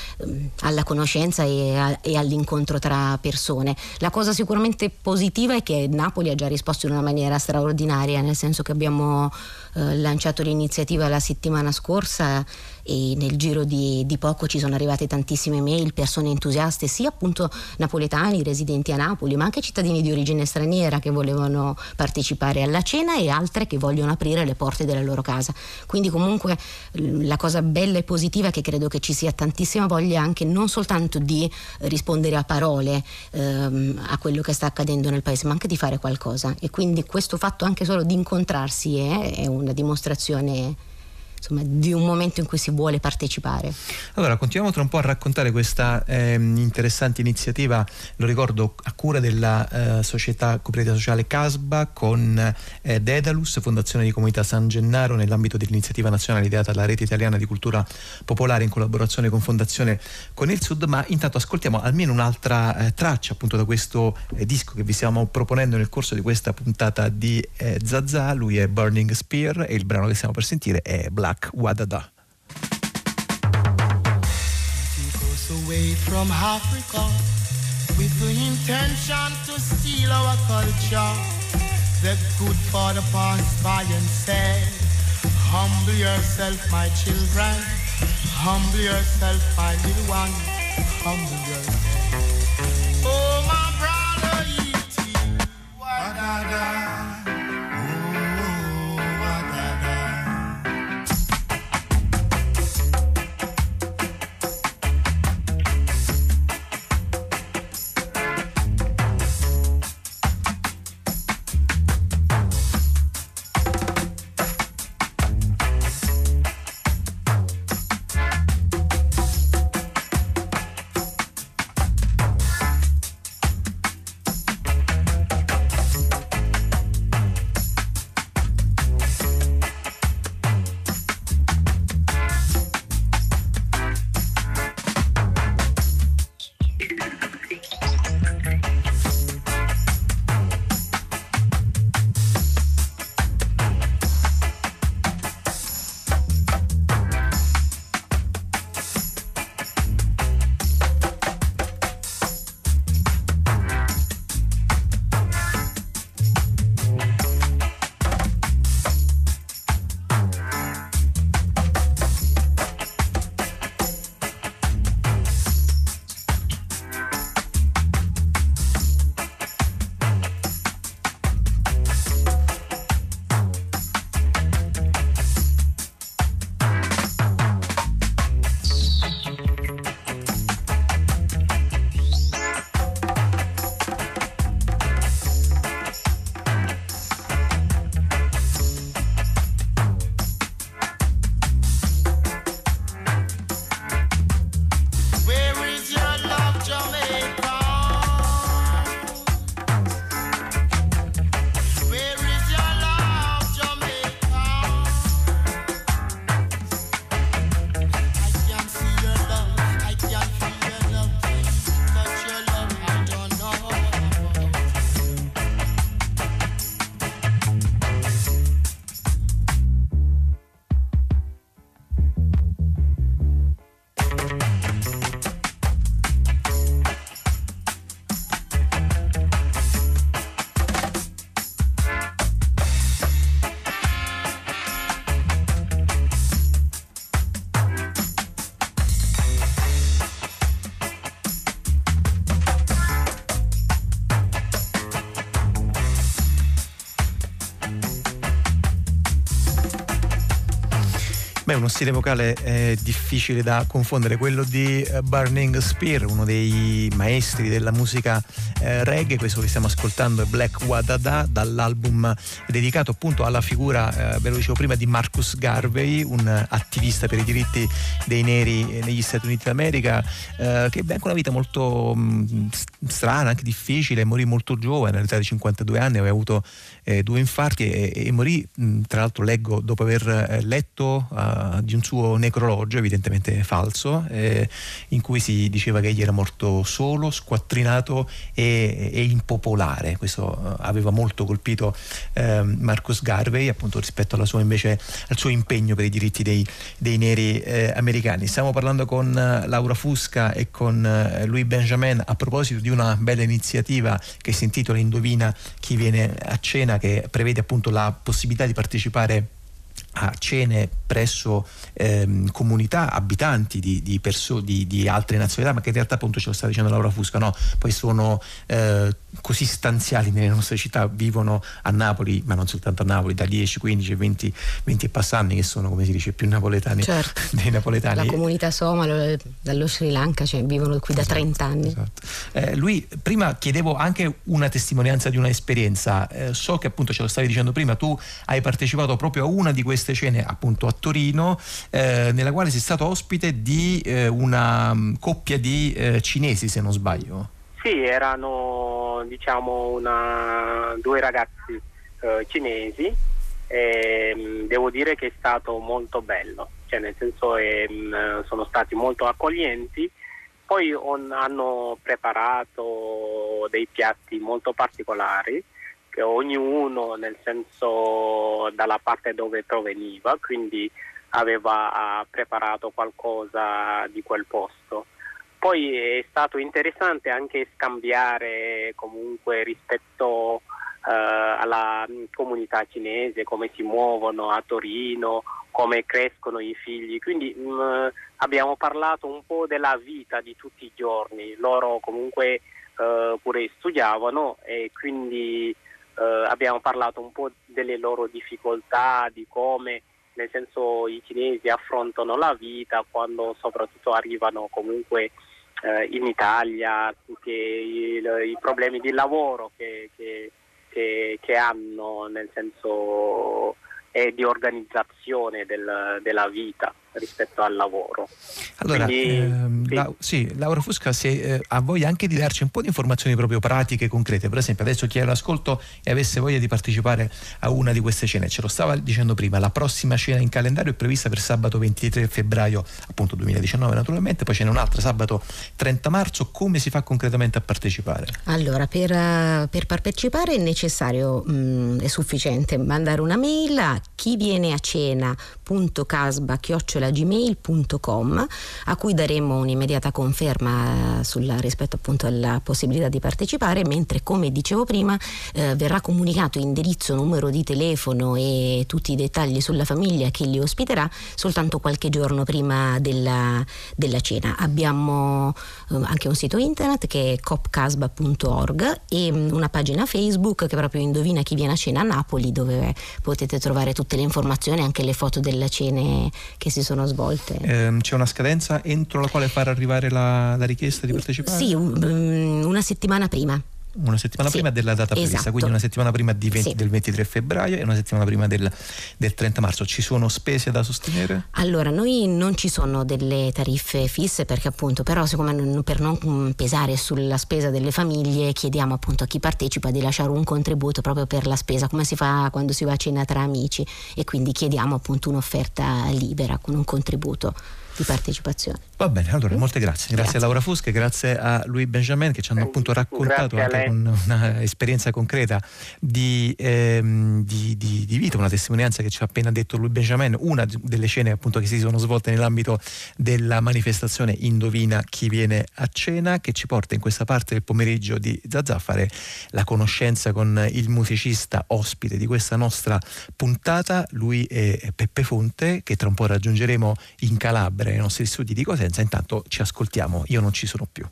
alla conoscenza e, a, e all'incontro tra persone. La cosa sicuramente positiva è che Napoli ha già risposto in una maniera straordinaria, nel senso che abbiamo eh, lanciato l'iniziativa la settimana scorsa e nel giro di, di poco ci sono arrivate tantissime mail, persone entusiaste, sia appunto napoletani residenti a Napoli, ma anche cittadini di origine straniera che volevano partecipare alla cena e altre che vogliono aprire le porte della loro casa. Quindi comunque la cosa bella e positiva è che credo che ci sia tantissima voglia anche non soltanto di rispondere a parole ehm, a quello che sta accadendo nel paese, ma anche di fare qualcosa, e quindi questo fatto anche solo di incontrarsi è, è una dimostrazione insomma di un momento in cui si vuole partecipare. Allora continuiamo tra un po' a raccontare questa eh, interessante iniziativa, lo ricordo, a cura della eh, società cooperativa sociale Casba con eh, Dedalus, Fondazione di Comunità San Gennaro, nell'ambito dell'iniziativa nazionale ideata dalla Rete Italiana di Cultura Popolare in collaborazione con Fondazione Con il Sud. Ma intanto ascoltiamo almeno un'altra eh, traccia appunto da questo eh, disco che vi stiamo proponendo nel corso di questa puntata di eh, Zazà. Lui è Burning Spear e il brano che stiamo per sentire è Black Wadada. Away from Africa with the intention to steal our culture. They're good for the past by and said, humble yourself, my children. Humble yourself, my little one. Humble yourself. Oh, my brother, E T Wadada. Beh, uno stile vocale eh, difficile da confondere, quello di eh, Burning Spear, uno dei maestri della musica eh, reggae. Questo che stiamo ascoltando è Black Wadada, dall'album dedicato appunto alla figura, eh, ve lo dicevo prima, di Marcus Garvey, un attivista per i diritti dei neri negli Stati Uniti d'America, eh, che ebbe anche una vita molto mh, strana, anche difficile. Morì molto giovane, all'età di cinquantadue anni, aveva avuto eh, due infarti e, e morì, mh, tra l'altro leggo, dopo aver eh, letto uh, di un suo necrologio, evidentemente falso, eh, in cui si diceva che egli era morto solo, squattrinato e, e impopolare. Questo uh, aveva molto colpito uh, Marcus Garvey, appunto, rispetto alla sua invece al suo impegno per i diritti dei, dei neri eh, americani. Stiamo parlando con uh, Laura Fusca e con uh, Louis Benjamin a proposito di una bella iniziativa che si intitola Indovina chi viene a cena, che prevede appunto la possibilità di partecipare a cene presso ehm, comunità, abitanti di, di, perso- di, di altre nazionalità, ma che in realtà, appunto, ce lo sta dicendo Laura Fusca, no? Poi sono eh, così stanziali nelle nostre città, vivono a Napoli, ma non soltanto a Napoli, da dieci, quindici, venti, venti e passanni, che sono, come si dice, più napoletani, certo, dei napoletani. La comunità somalo dallo Sri Lanka, cioè, vivono qui da esatto, trenta anni. Esatto. Eh, lui, prima chiedevo anche una testimonianza di una esperienza. Eh, so che, appunto, ce lo stavi dicendo prima, tu hai partecipato proprio a una di queste cene, appunto a Torino, eh, nella quale sei stato ospite di eh, una um, coppia di eh, cinesi, se non sbaglio. Sì, erano, diciamo, una, due ragazzi eh, cinesi, e devo dire che è stato molto bello, cioè, nel senso, ehm, sono stati molto accoglienti. Poi on, hanno preparato dei piatti molto particolari, che ognuno, nel senso, dalla parte dove proveniva, quindi aveva preparato qualcosa di quel posto. Poi è stato interessante anche scambiare, comunque, rispetto eh, alla comunità cinese, come si muovono a Torino, come crescono i figli. Quindi mh, abbiamo parlato un po' della vita di tutti i giorni. Loro comunque eh, pure studiavano, e quindi Uh, abbiamo parlato un po' delle loro difficoltà, di come, nel senso, i cinesi affrontano la vita quando soprattutto arrivano comunque uh, in Italia, che i, i problemi di lavoro che, che, che, che hanno, nel senso, e di organizzazione del, della vita rispetto al lavoro. Allora, Quindi, ehm, sì. La, sì, Laura Fusca, se eh, ha voglia anche di darci un po' di informazioni proprio pratiche, concrete. Per esempio, adesso chi è all'ascolto e avesse voglia di partecipare a una di queste cene, ce lo stava dicendo prima, la prossima cena in calendario è prevista per sabato ventitré febbraio, appunto duemiladiciannove, naturalmente. Poi ce n'è un'altra sabato trenta marzo. Come si fa concretamente a partecipare? Allora, per, uh, per partecipare è necessario, mh, è sufficiente mandare una mail a chi viene a cena punto casba chiocciola gmail punto com, a cui daremo un'immediata conferma sul, rispetto appunto alla possibilità di partecipare, mentre, come dicevo prima, eh, verrà comunicato indirizzo, numero di telefono e tutti i dettagli sulla famiglia che li ospiterà soltanto qualche giorno prima della, della cena. Abbiamo eh, anche un sito internet che è copcasba punto org e una pagina Facebook che proprio Indovina chi viene a cena a Napoli, dove potete trovare tutte le informazioni, anche le foto delle cene che si sono svolte. Eh, c'è una scadenza entro la quale far arrivare la, la richiesta di partecipare? Sì, un, una settimana prima. Una settimana sì, prima della data prevista, esatto. Quindi una settimana prima di venti, sì. del ventitré febbraio e una settimana prima del, del trenta marzo. Ci sono spese da sostenere? Allora, noi non ci sono delle tariffe fisse, perché appunto, però siccome non, per non pesare sulla spesa delle famiglie, chiediamo appunto a chi partecipa di lasciare un contributo proprio per la spesa, come si fa quando si va a cena tra amici, e quindi chiediamo appunto un'offerta libera con un contributo di partecipazione. Va bene, allora molte grazie. Grazie, grazie a Laura Fusca, grazie a Louis Benjamin, che ci hanno appunto raccontato anche con un'esperienza concreta di, ehm, di, di, di vita, una testimonianza che ci ha appena detto Louis Benjamin, una delle scene appunto che si sono svolte nell'ambito della manifestazione Indovina chi viene a cena, che ci porta in questa parte del pomeriggio di Zazà a fare la conoscenza con il musicista ospite di questa nostra puntata. Lui è Peppe Fonte, che tra un po' raggiungeremo in Calabria, nei nostri studi di Cosenza. Intanto ci ascoltiamo Io non ci sono più.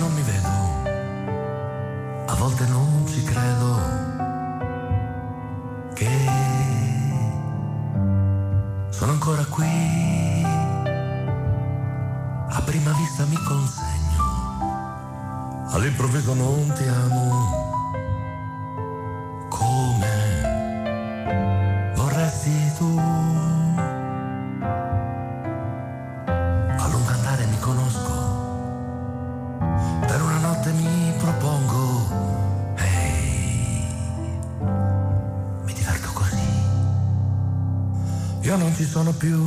non mi vedo, a volte non ci credo che sono ancora qui. A prima vista mi consegno, all'improvviso non ti amo come vorresti tu. A lungo andare mi conosco, per una notte mi propongo, ehi, mi diverto così. Io non ci sono più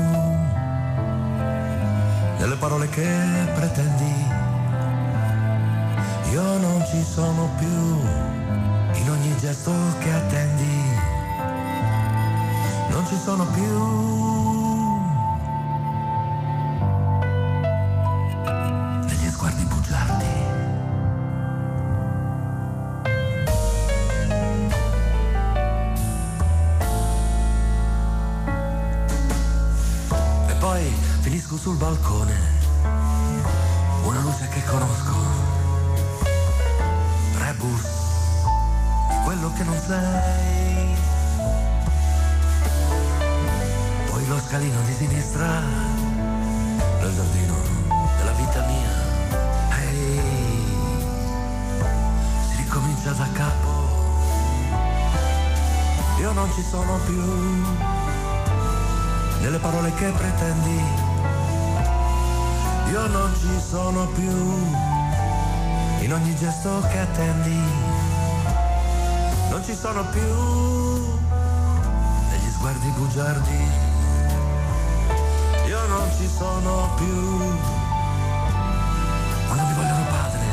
nelle parole che pretendi, io non ci sono più in ogni gesto che attendi, non ci sono più negli sguardi bugiardi. E poi finisco sul balcone, una luce che conosco, rebus di quello che non sei. Poi lo scalino di sinistra nel giardino della vita mia. Ehi, si ricomincia da capo. Io non ci sono più nelle parole che pretendi, io non ci sono più in ogni gesto che attendi, non ci sono più negli sguardi bugiardi, io non ci sono più quando mi vogliono padre,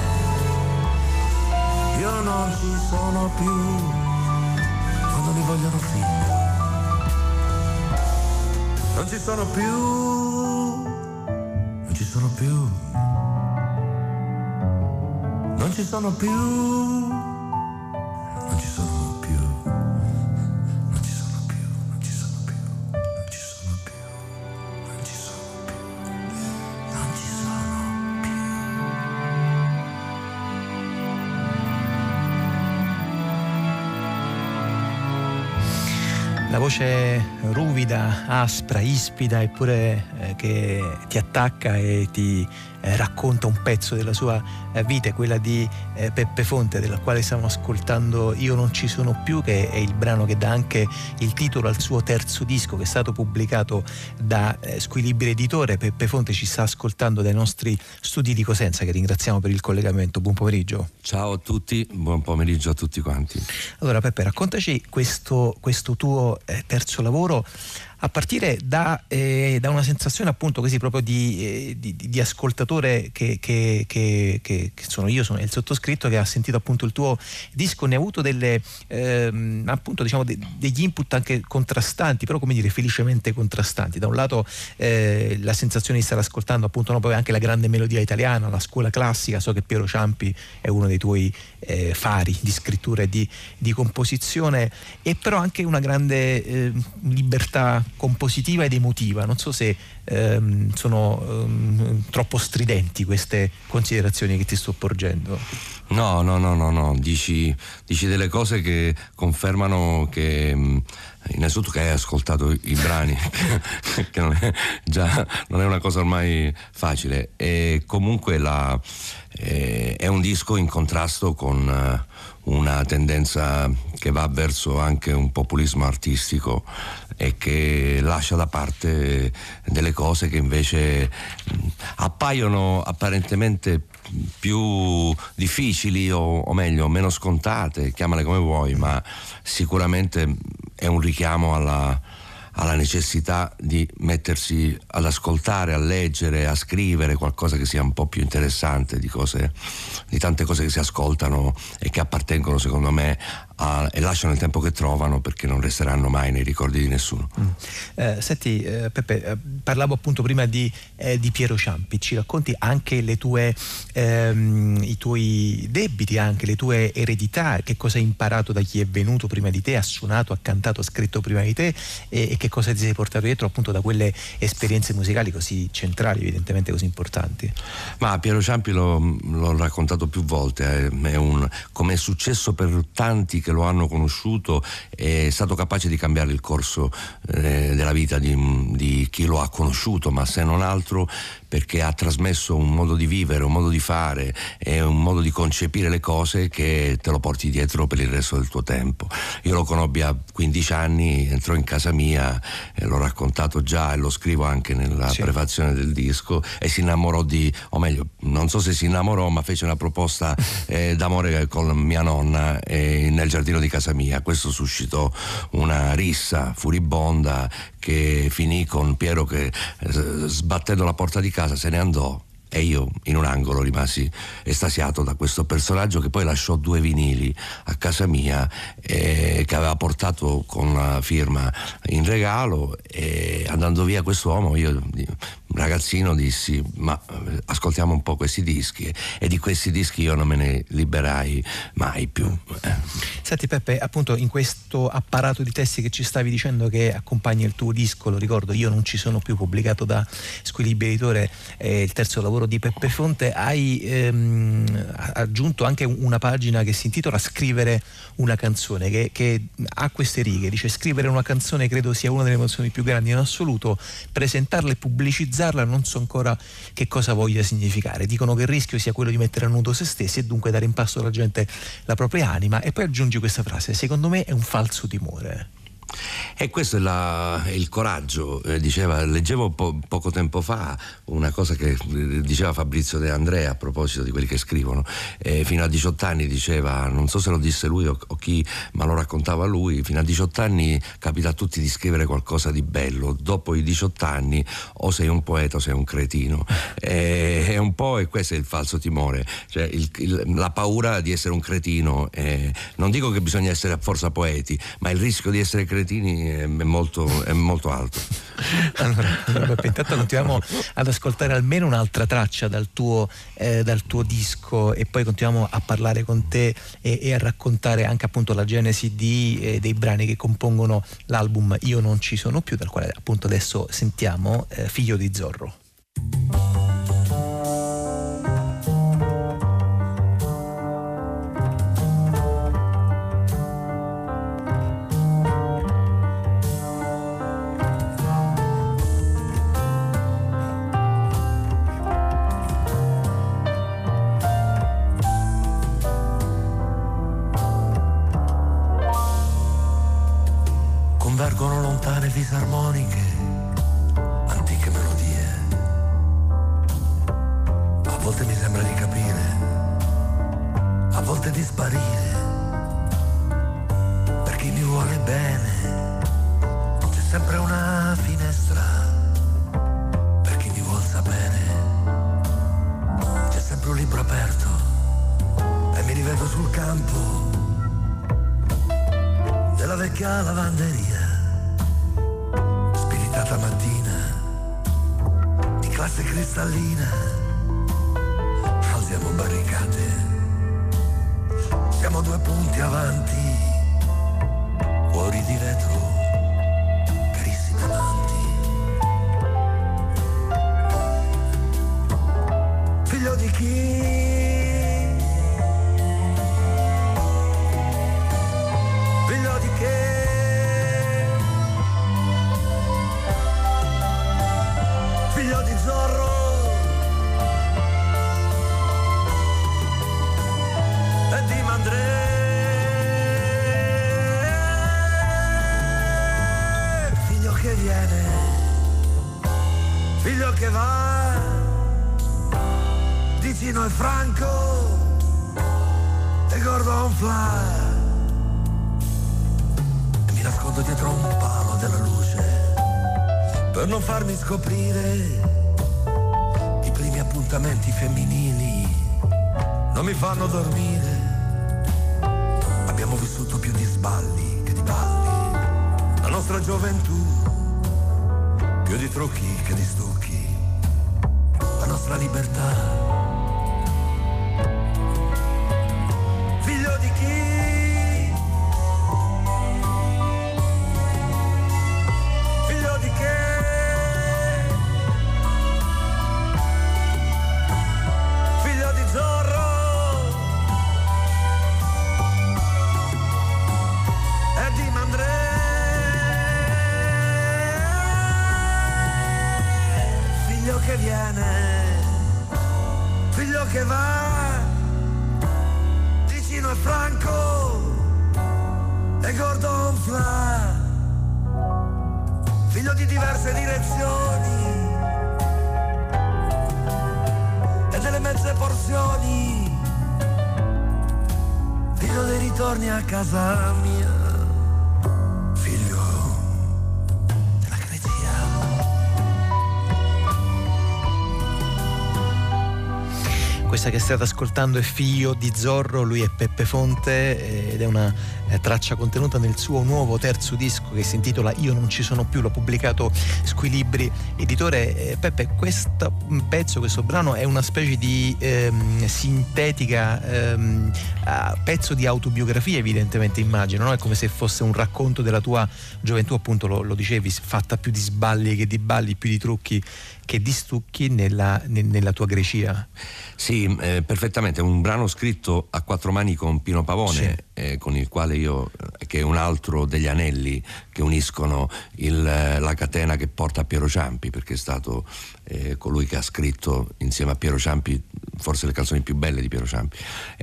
io non ci sono più quando mi vogliono figlio, non ci sono più, non ci sono più, non ci sono più, non ci sono più, non ci sono più, non ci sono più, non ci sono più, non ci sono più, non ci sono più. La voce ruvida, aspra, ispida, eppure eh, che ti attacca e ti eh, racconta un pezzo della sua eh, vita, è quella di eh, Peppe Fonte, della quale stiamo ascoltando Io non ci sono più, che è il brano che dà anche il titolo al suo terzo disco, che è stato pubblicato da eh, Squilibri Editore. Peppe Fonte ci sta ascoltando dai nostri studi di Cosenza, che ringraziamo per il collegamento. Buon pomeriggio. Ciao a tutti, buon pomeriggio a tutti quanti. Allora Peppe, raccontaci questo, questo tuo eh, terzo lavoro, a partire da, eh, da una sensazione appunto così proprio di, eh, di, di ascoltatore che, che, che, che, che sono io, sono il sottoscritto, che ha sentito appunto il tuo disco, ne ha avuto delle ehm, appunto diciamo de, degli input anche contrastanti, però come dire felicemente contrastanti. Da un lato eh, la sensazione di stare ascoltando appunto no, poi anche la grande melodia italiana, la scuola classica. So che Piero Ciampi è uno dei tuoi eh, fari di scrittura e di, di composizione, e però anche una grande eh, libertà compositiva ed emotiva. Non so se ehm, sono ehm, troppo stridenti queste considerazioni che ti sto porgendo. No, no, no, no, no. Dici, dici delle cose che confermano che mh, innanzitutto che hai ascoltato i brani, che non è, già non è una cosa ormai facile, e comunque la, eh, è un disco in contrasto con uh, una tendenza che va verso anche un populismo artistico e che lascia da parte delle cose che invece appaiono apparentemente più difficili o, o meglio meno scontate, chiamale come vuoi, ma sicuramente è un richiamo alla, alla necessità di mettersi ad ascoltare, a leggere, a scrivere qualcosa che sia un po' più interessante di cose, di tante cose che si ascoltano e che appartengono secondo me a, e lasciano il tempo che trovano, perché non resteranno mai nei ricordi di nessuno. Mm. Eh, senti eh, Peppe, eh, parlavo appunto prima di, eh, di Piero Ciampi. Ci racconti anche le tue ehm, i tuoi debiti, anche le tue eredità, che cosa hai imparato da chi è venuto prima di te, ha suonato, ha cantato, ha scritto prima di te, e, e che cosa ti sei portato dietro appunto da quelle esperienze musicali così centrali, evidentemente così importanti. Ma Piero Ciampi l'ho, l'ho raccontato più volte, è un, come è successo per tanti che lo hanno conosciuto, è stato capace di cambiare il corso eh, della vita di, di chi lo ha conosciuto, ma se non altro perché ha trasmesso un modo di vivere, un modo di fare e un modo di concepire le cose che te lo porti dietro per il resto del tuo tempo. Io lo conobbi a quindici anni, entrò in casa mia, eh, l'ho raccontato già e lo scrivo anche nella sì. prefazione del disco, e si innamorò di, o meglio, non so se si innamorò, ma fece una proposta eh, d'amore con mia nonna eh, nel giardino di casa mia. Questo suscitò una rissa furibonda che finì con Piero che eh, sbattendo la porta di casa se ne andò, e io in un angolo rimasi estasiato da questo personaggio che poi lasciò due vinili a casa mia eh, che aveva portato con la firma in regalo, e andando via quest'uomo io ragazzino dissi ma ascoltiamo un po' questi dischi, e di questi dischi io non me ne liberai mai più. Senti Peppe, appunto in questo apparato di testi che ci stavi dicendo che accompagna il tuo disco, lo ricordo, Io non ci sono più, pubblicato da Squilibri Editore, eh, il terzo lavoro di Peppe Fonte, hai ehm, aggiunto anche una pagina che si intitola Scrivere una canzone, che, che ha queste righe, dice: scrivere una canzone credo sia una delle emozioni più grandi in assoluto, presentarla e pubblicizzarla non so ancora che cosa voglia significare, dicono che il rischio sia quello di mettere a nudo se stessi e dunque dare in pasto alla gente la propria anima, e poi aggiungi questa frase: secondo me è un falso timore. E questo è, la, è il coraggio, eh, diceva, leggevo po- poco tempo fa una cosa che diceva Fabrizio De Andrea a proposito di quelli che scrivono, eh, fino a diciotto anni diceva, non so se lo disse lui o, o chi, ma lo raccontava lui, fino a diciotto anni capita a tutti di scrivere qualcosa di bello, dopo i diciotto anni o sei un poeta o sei un cretino, e, e un po' e questo è il falso timore, cioè il, il, la paura di essere un cretino, eh, non dico che bisogna essere a forza poeti, ma il rischio di essere cretini è molto, è molto alto. Allora, allora intanto continuiamo ad ascoltare almeno un'altra traccia dal tuo, eh, dal tuo disco, e poi continuiamo a parlare con te e, e a raccontare anche appunto la genesi di, eh, dei brani che compongono l'album Io non ci sono più, dal quale appunto adesso sentiamo eh, Figlio di Zorro. Convergono lontane fisarmoniche, antiche melodie. A volte mi sembra di capire, a volte di sparire. Per chi mi vuole bene, c'è sempre una finestra. Per chi mi vuol sapere, c'è sempre un libro aperto. E mi rivedo sul campo della vecchia lavanderia, spiritata mattina, di classe cristallina, alziamo barricate, siamo due punti avanti, cuori di vetro, carissimi amanti. Figlio di chi? Figlio di che? Figlio di Zorro e di Mandré. Figlio che viene, figlio che va, di Tino e Franco e Gordon Fly. Mi nascondo dietro un palo della luce per non farmi scoprire i primi appuntamenti femminili. Non mi fanno dormire. Abbiamo vissuto più di sballi che di balli. La nostra gioventù, più di trucchi che di stucchi. La nostra libertà. Figlio di chi? che viene, figlio che va, vicino è Franco e Gordon Fla, figlio di diverse direzioni e delle mezze porzioni, figlio dei ritorni a casa mia, figlio della Grecia. Questa che state ascoltando è Figlio di Zorro, lui è Peppe Fonte ed è una eh, traccia contenuta nel suo nuovo terzo disco che si intitola Io non ci sono più, l'ho pubblicato Squilibri editore. Eh, Peppe, questo pezzo, questo brano è una specie di ehm, sintetica ehm, pezzo di autobiografia, evidentemente, immagino, no? È come se fosse un racconto della tua gioventù, appunto lo, lo dicevi, fatta più di sballi che di balli, più di trucchi che di stucchi nella, nella tua Grecia. Sì, eh, perfettamente, un brano scritto a quattro mani con Pino Pavone, sì. eh, con il quale io, che è un altro degli anelli che uniscono il, la catena che porta a Piero Ciampi, perché è stato eh, colui che ha scritto insieme a Piero Ciampi forse le canzoni più belle di Piero Ciampi.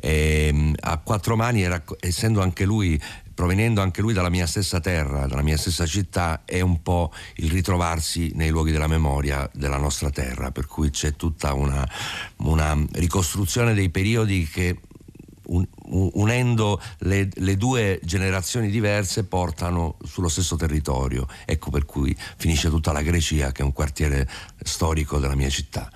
E, a quattro mani, era, essendo anche lui provenendo anche lui dalla mia stessa terra, dalla mia stessa città, è un po' il ritrovarsi nei luoghi della memoria della nostra terra, per cui c'è tutta una, una ricostruzione dei periodi che un, unendo le, le due generazioni diverse portano sullo stesso territorio. Ecco per cui finisce tutta la Grecia, che è un quartiere storico della mia città.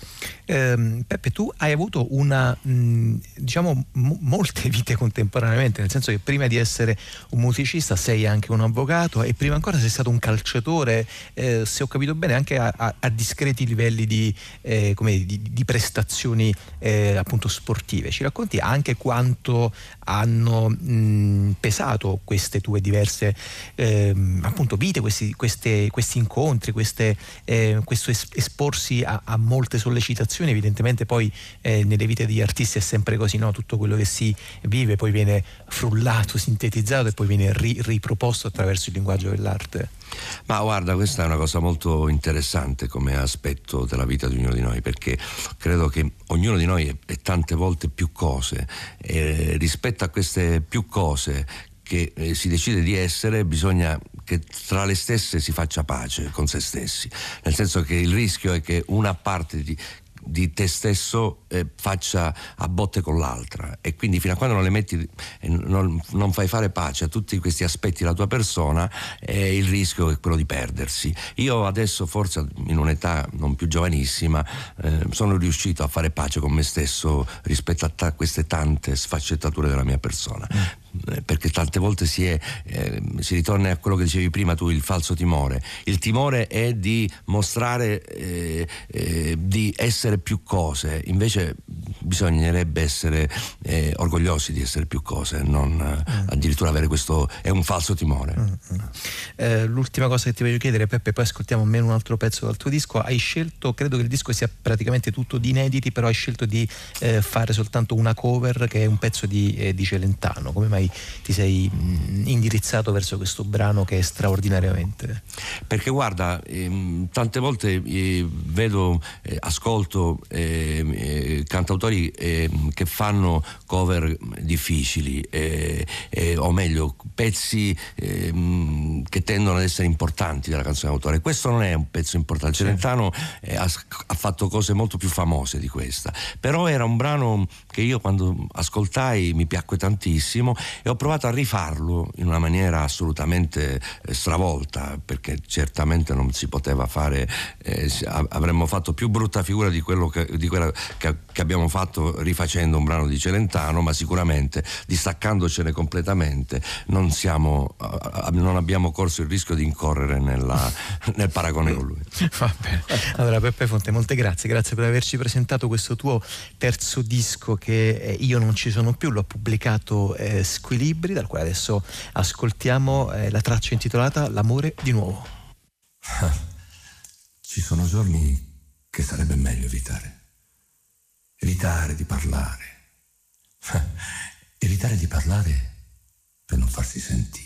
Eh, Peppe, tu hai avuto una mh, diciamo m- molte vite contemporaneamente, nel senso che prima di essere un musicista sei anche un avvocato e prima ancora sei stato un calciatore, eh, se ho capito bene anche a, a, a discreti livelli di, eh, come, di, di prestazioni eh, appunto sportive. Ci racconti anche quanto hanno mh, pesato queste tue diverse eh, appunto vite, questi, queste, questi incontri, queste, eh, questo es- esporsi a, a molte sollecitazioni. Evidentemente poi eh, nelle vite degli artisti è sempre così, no? Tutto quello che si vive poi viene frullato, sintetizzato e poi viene ri- riproposto attraverso il linguaggio dell'arte. Ma guarda, questa è una cosa molto interessante come aspetto della vita di ognuno di noi, perché credo che ognuno di noi è, è tante volte più cose, e rispetto a queste più cose che eh, si decide di essere, bisogna che tra le stesse si faccia pace con se stessi, nel senso che il rischio è che una parte di di te stesso eh, faccia a botte con l'altra, e quindi fino a quando non le metti eh, non, non fai fare pace a tutti questi aspetti della tua persona, eh, il rischio è quello di perdersi. Io adesso, forse in un'età non più giovanissima, eh, sono riuscito a fare pace con me stesso rispetto a ta- queste tante sfaccettature della mia persona. Mm. Perché tante volte si, è, eh, si ritorna a quello che dicevi prima tu, il falso timore. Il timore è di mostrare eh, eh, di essere più cose, invece bisognerebbe essere eh, orgogliosi di essere più cose, non mm. addirittura avere questo, è un falso timore. Mm-hmm. Eh, l'ultima cosa che ti voglio chiedere, Peppe, poi ascoltiamo almeno un altro pezzo dal tuo disco. Hai scelto, credo che il disco sia praticamente tutto di inediti, però hai scelto di eh, fare soltanto una cover che è un pezzo di, eh, di Celentano. Come mai ti sei indirizzato verso questo brano che è straordinariamente? Perché guarda, ehm, tante volte eh, vedo, eh, ascolto eh, eh, cantautori eh, che fanno cover difficili, eh, eh, o meglio pezzi eh, che tendono ad essere importanti della canzone d'autore. Questo non è un pezzo importante. Sì. Celentano eh, ha, ha fatto cose molto più famose di questa, però era un brano che io quando ascoltai mi piacque tantissimo e ho provato a rifarlo in una maniera assolutamente eh, stravolta, perché certamente non si poteva fare, eh, avremmo fatto più brutta figura di quello che, di quella che, che abbiamo fatto rifacendo un brano di Celentano, ma sicuramente distaccandocene completamente non siamo, non abbiamo corso il rischio di incorrere nella, nel paragone con lui. Va bene. Allora Peppe Fonte, molte grazie, grazie per averci presentato questo tuo terzo disco che eh, Io non ci sono più, l'ho pubblicato eh, Squilibri, dal quale adesso ascoltiamo eh, la traccia intitolata L'amore di nuovo. Ci sono giorni che sarebbe meglio evitare. Evitare di parlare. Evitare di parlare per non farsi sentire.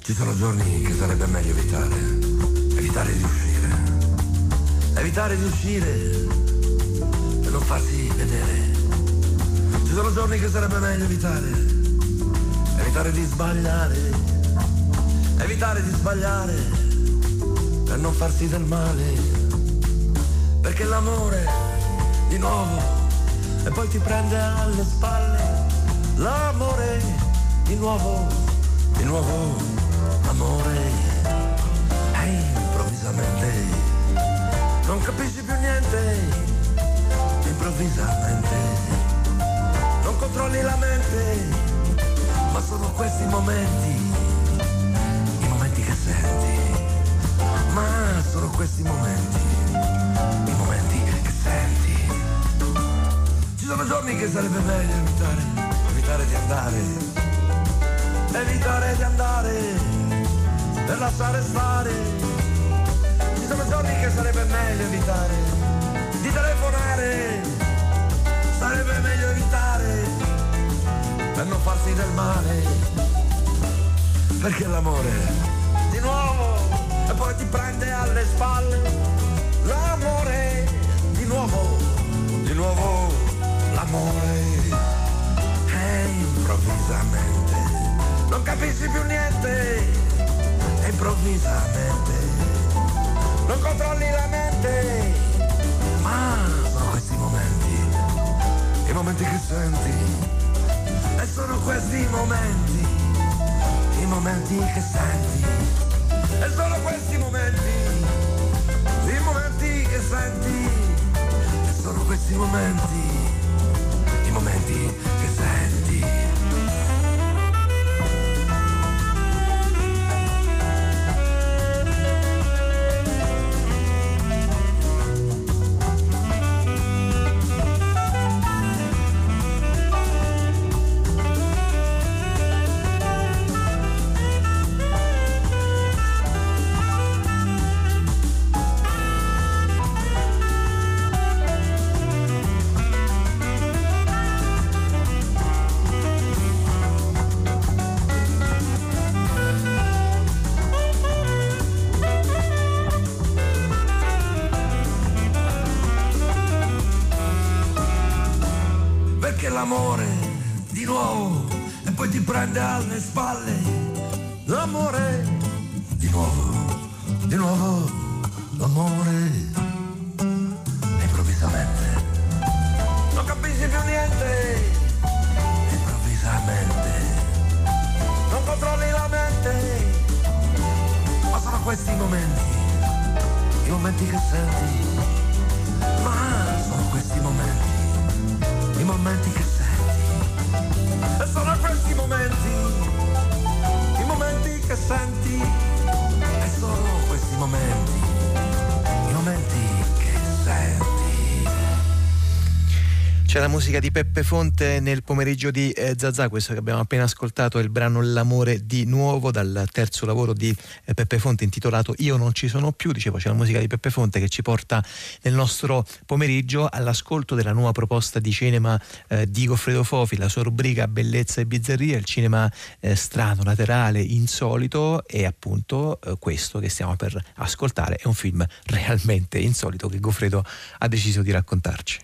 Ci sono giorni che sarebbe meglio evitare, evitare di uscire, evitare di uscire e non farsi vedere. Ci sono giorni che sarebbe meglio evitare, evitare di sbagliare, evitare di sbagliare per non farsi del male, perché l'amore di nuovo e poi ti prende alle spalle, l'amore di nuovo, di nuovo. Amore, e improvvisamente non capisci più niente, improvvisamente non controlli la mente, ma sono questi momenti, i momenti che senti, ma sono questi momenti, i momenti che senti. Ci sono giorni che sarebbe meglio evitare, evitare di andare, evitare di andare per lasciare stare. Ci sono giorni che sarebbe meglio evitare di telefonare, sarebbe meglio evitare per non farsi del male, perché l'amore di nuovo e poi ti prende alle spalle, l'amore di nuovo, di nuovo l'amore, e improvvisamente non capisci più niente, improvvisamente non controlli la mente, ma sono questi momenti, i momenti che senti, e sono questi momenti, i momenti che senti, e sono questi momenti, i momenti che senti, e sono questi momenti, i momenti che senti. L'amore di nuovo e poi ti prende alle spalle, l'amore di nuovo, di nuovo l'amore, e improvvisamente non capisci più niente, improvvisamente non controlli la mente, ma sono questi momenti, i momenti che senti, ma sono questi momenti, i momenti che senti, e sono questi momenti, i momenti che senti, e sono questi momenti, i momenti che senti. C'è la musica di Peppe Fonte nel pomeriggio di eh, Zazà. Questo che abbiamo appena ascoltato è il brano L'amore di nuovo, dal terzo lavoro di eh, Peppe Fonte intitolato Io non ci sono più. Dicevo, c'è la musica di Peppe Fonte che ci porta nel nostro pomeriggio all'ascolto della nuova proposta di cinema eh, di Goffredo Fofi, la sua rubrica Bellezza e Bizzarria, il cinema eh, strano, laterale, insolito, e appunto eh, questo che stiamo per ascoltare è un film realmente insolito che Goffredo ha deciso di raccontarci.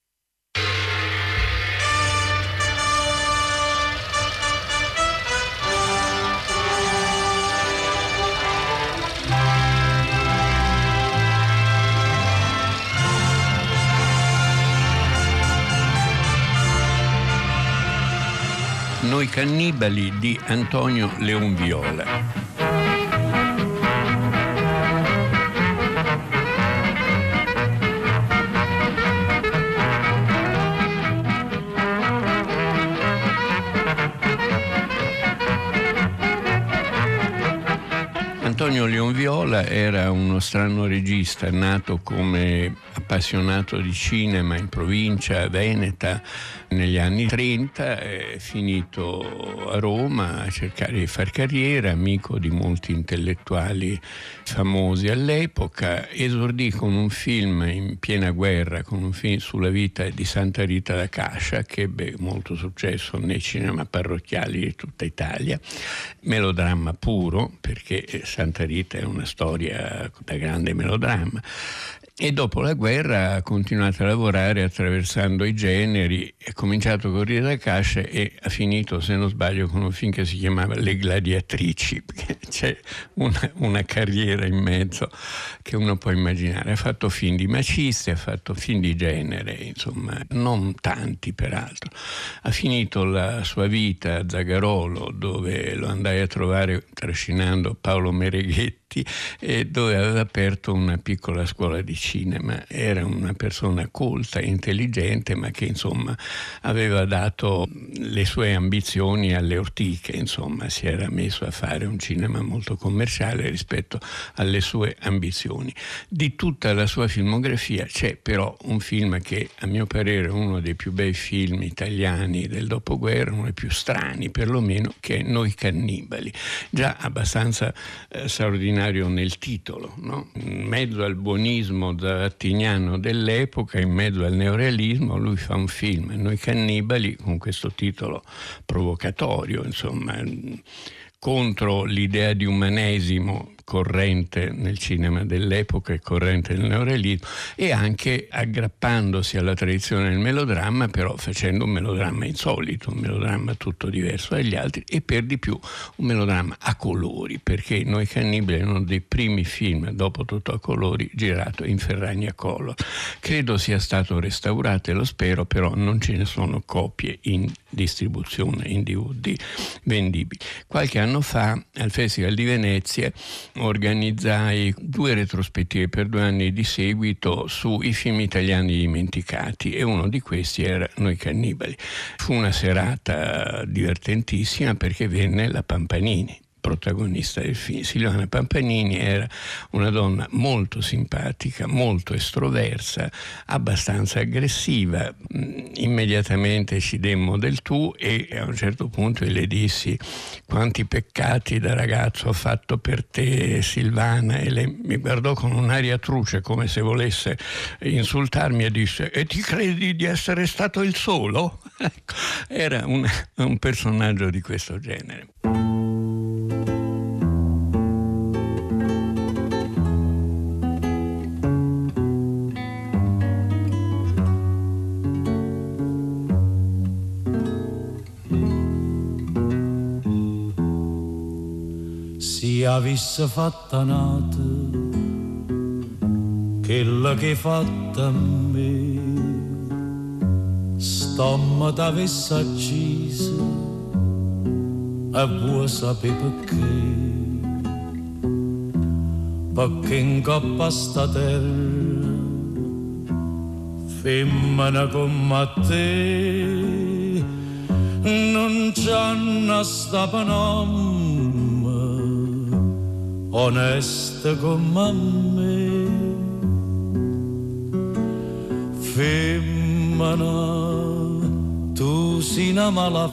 Noi cannibali di Antonio Leonviola. Antonio Leonviola era uno strano regista, nato come appassionato di cinema in provincia veneta Negli anni trenta è finito a Roma a cercare di far carriera, amico di molti intellettuali famosi all'epoca. Esordì con un film in piena guerra, con un film sulla vita di Santa Rita da Cascia, che ebbe molto successo nei cinema parrocchiali di tutta Italia. Melodramma puro, perché Santa Rita è una storia da grande melodramma. E dopo la guerra ha continuato a lavorare attraversando i generi, è cominciato con Rita da Cascia e ha finito, se non sbaglio, con un film che si chiamava Le Gladiatrici, perché c'è una, una carriera in mezzo che uno può immaginare. Ha fatto film di macisti, ha fatto film di genere, insomma, non tanti peraltro. Ha finito la sua vita a Zagarolo, dove lo andai a trovare trascinando Paolo Mereghetti, e dove aveva aperto una piccola scuola di cinema. Era una persona colta, intelligente, ma che insomma aveva dato le sue ambizioni alle ortiche, insomma si era messo a fare un cinema molto commerciale rispetto alle sue ambizioni. Di tutta la sua filmografia c'è però un film che a mio parere è uno dei più bei film italiani del dopoguerra, uno dei più strani perlomeno, che è Noi cannibali, già abbastanza eh, straordinario nel titolo, no? In mezzo al buonismo zattiniano dell'epoca, in mezzo al neorealismo, lui fa un film, Noi cannibali, con questo titolo provocatorio, insomma, contro l'idea di umanesimo corrente nel cinema dell'epoca e corrente nel neorealismo, e anche aggrappandosi alla tradizione del melodramma, però facendo un melodramma insolito, un melodramma tutto diverso dagli altri, e per di più un melodramma a colori, perché Noi cannibali è uno dei primi film, dopo tutto a colori, girato in Ferragna Color. Credo sia stato restaurato e lo spero, però non ce ne sono copie in distribuzione, in D V D vendibili. Qualche anno fa al Festival di Venezia organizzai due retrospettive per due anni di seguito sui film italiani dimenticati, e uno di questi era Noi cannibali. Fu una serata divertentissima perché venne la Pampanini, protagonista del film. Silvana Pampanini era una donna molto simpatica, molto estroversa, abbastanza aggressiva. Immediatamente ci demmo del tu e a un certo punto le dissi: quanti peccati da ragazzo ho fatto per te, Silvana. E lei mi guardò con un'aria truce, come se volesse insultarmi, e disse: e ti credi di essere stato il solo? Era un, un personaggio di questo genere. Se avesse fatta nata quella che fatta a me, stomma t'avesse accesa e vuoi sapere perché? Perché in coppa sta terra femmina come te non c'hanno sta panom onesta come me, femmina, tu sei una mala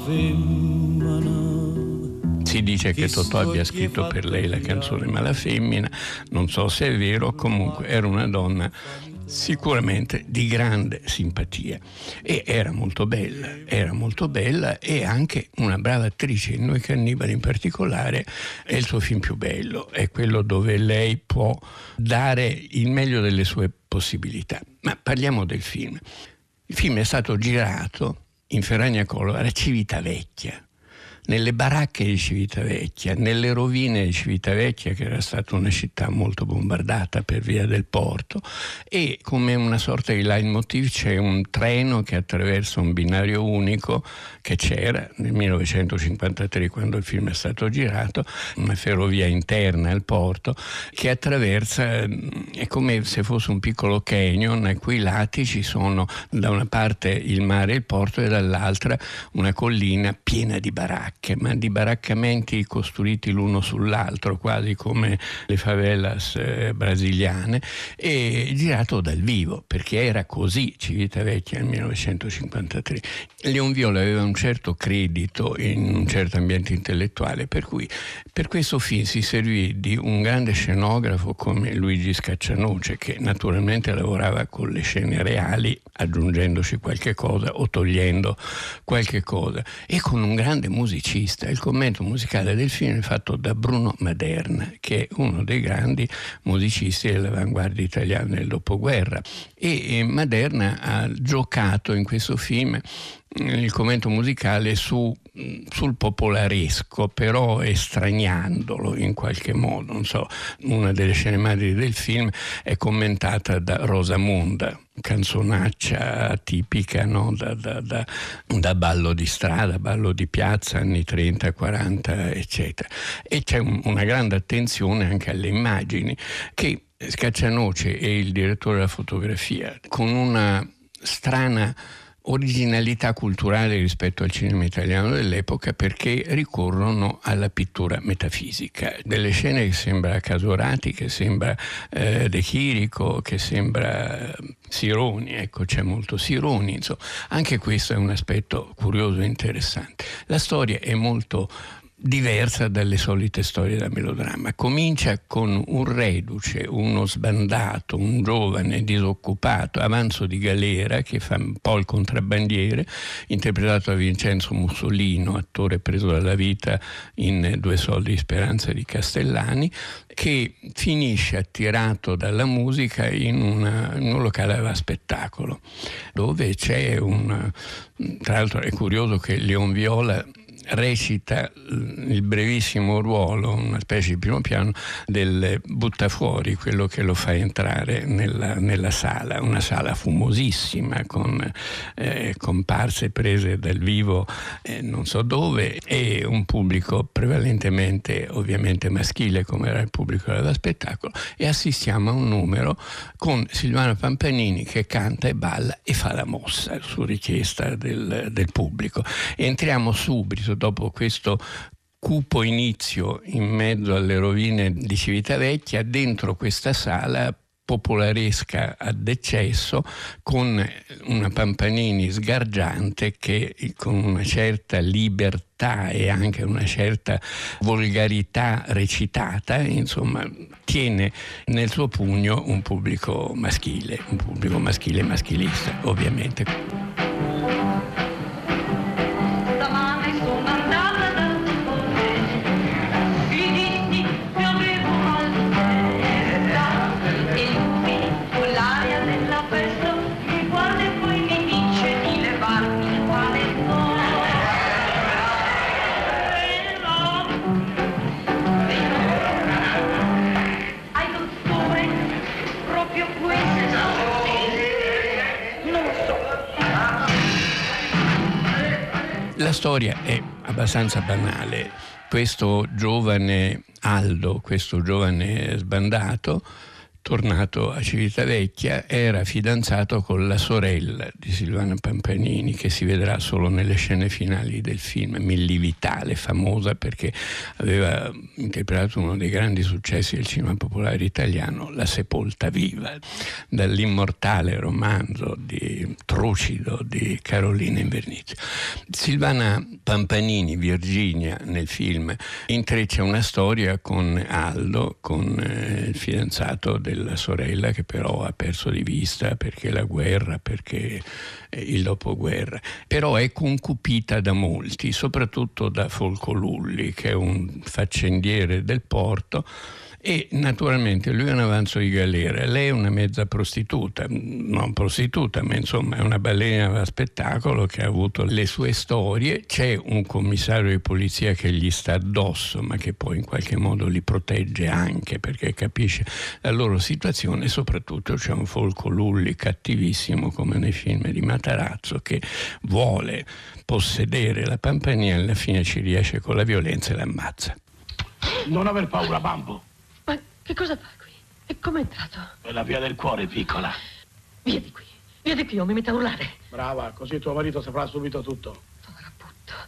femmina. Si dice che Totò abbia scritto per lei la canzone Mala Femmina, non so se è vero, comunque era una donna sicuramente di grande simpatia e era molto bella, era molto bella e anche una brava attrice. Noi cannibali in particolare è il suo film più bello, è quello dove lei può dare il meglio delle sue possibilità. Ma parliamo del film. Il film è stato girato in Ferragna Color a Civitavecchia, nelle baracche di Civitavecchia, nelle rovine di Civitavecchia, che era stata una città molto bombardata per via del porto, e come una sorta di leitmotiv c'è un treno che attraversa un binario unico che c'era nel millenovecentocinquantatré, quando il film è stato girato, una ferrovia interna al porto che attraversa, è come se fosse un piccolo canyon a cui lati ci sono da una parte il mare e il porto e dall'altra una collina piena di baracche. baracche, ma di baraccamenti costruiti l'uno sull'altro, quasi come le favelas eh, brasiliane, e girato dal vivo, perché era così Civitavecchia nel millenovecentocinquantatré. Leon Viola aveva un certo credito in un certo ambiente intellettuale, per cui per questo film si servì di un grande scenografo come Luigi Scaccianoce, che naturalmente lavorava con le scene reali, aggiungendoci qualche cosa o togliendo qualche cosa, e con un grande musicista. Il commento musicale del film è fatto da Bruno Maderna, che è uno dei grandi musicisti dell'avanguardia italiana del dopoguerra, e Maderna ha giocato in questo film il commento musicale su, sul popolaresco, però estraniandolo in qualche modo. Non so, una delle scene madri del film è commentata da Rosamonda, canzonaccia tipica, no? da, da, da, da ballo di strada, ballo di piazza, anni trenta, quaranta, eccetera. E c'è un, una grande attenzione anche alle immagini, che Scaccianoce e il direttore della fotografia, con una strana originalità culturale rispetto al cinema italiano dell'epoca, perché ricorrono alla pittura metafisica, delle scene che sembra Casorati, che sembra eh, De Chirico, che sembra eh, Sironi, ecco, c'è molto Sironi, insomma, anche questo è un aspetto curioso e interessante. La storia è molto diversa dalle solite storie da melodramma. Comincia con un reduce, uno sbandato, un giovane disoccupato, avanzo di galera, che fa un po' il contrabbandiere, interpretato da Vincenzo Mussolino, attore preso dalla vita in Due soldi di Speranza di Castellani, che finisce attirato dalla musica in, una, in un locale da spettacolo, dove c'è un... Tra l'altro è curioso che Leon Viola recita il brevissimo ruolo, una specie di primo piano, del buttafuori, quello che lo fa entrare nella, nella sala, una sala fumosissima con eh, comparse prese dal vivo eh, non so dove, e un pubblico prevalentemente ovviamente maschile, come era il pubblico da spettacolo, e assistiamo a un numero con Silvano Pampanini che canta e balla e fa la mossa su richiesta del, del pubblico. Entriamo subito dopo questo cupo inizio in mezzo alle rovine di Civitavecchia, dentro questa sala popolaresca ad eccesso, con una Pampanini sgargiante che con una certa libertà e anche una certa volgarità recitata, insomma, tiene nel suo pugno un pubblico maschile, un pubblico maschile maschilista, ovviamente. La storia è abbastanza banale. Questo giovane Aldo, questo giovane sbandato, tornato a Civitavecchia, era fidanzato con la sorella di Silvana Pampanini, che si vedrà solo nelle scene finali del film, Milli Vitale, famosa perché aveva interpretato uno dei grandi successi del cinema popolare italiano, La sepolta viva, dall'immortale romanzo di Trucido di Carolina Invernizio. Silvana Pampanini, Virginia, nel film intreccia una storia con Aldo, con eh, il fidanzato del della sorella, che però ha perso di vista perché la guerra, perché il dopoguerra, però è concupita da molti, soprattutto da Folco Lulli, che è un faccendiere del porto, e naturalmente lui è un avanzo di galera, lei è una mezza prostituta, non prostituta, ma insomma è una ballerina da spettacolo che ha avuto le sue storie. C'è un commissario di polizia che gli sta addosso, ma che poi in qualche modo li protegge anche perché capisce la loro situazione, e soprattutto c'è un Folco Lulli cattivissimo come nei film di Matarazzo, che vuole possedere la Pampanini e alla fine ci riesce con la violenza e l'ammazza. Non aver paura, Bambo. Ma che cosa fa qui? E come è entrato? È la via del cuore, piccola. Via di qui, via di qui, o mi metto a urlare. Brava, così tuo marito saprà subito tutto. Povero putto,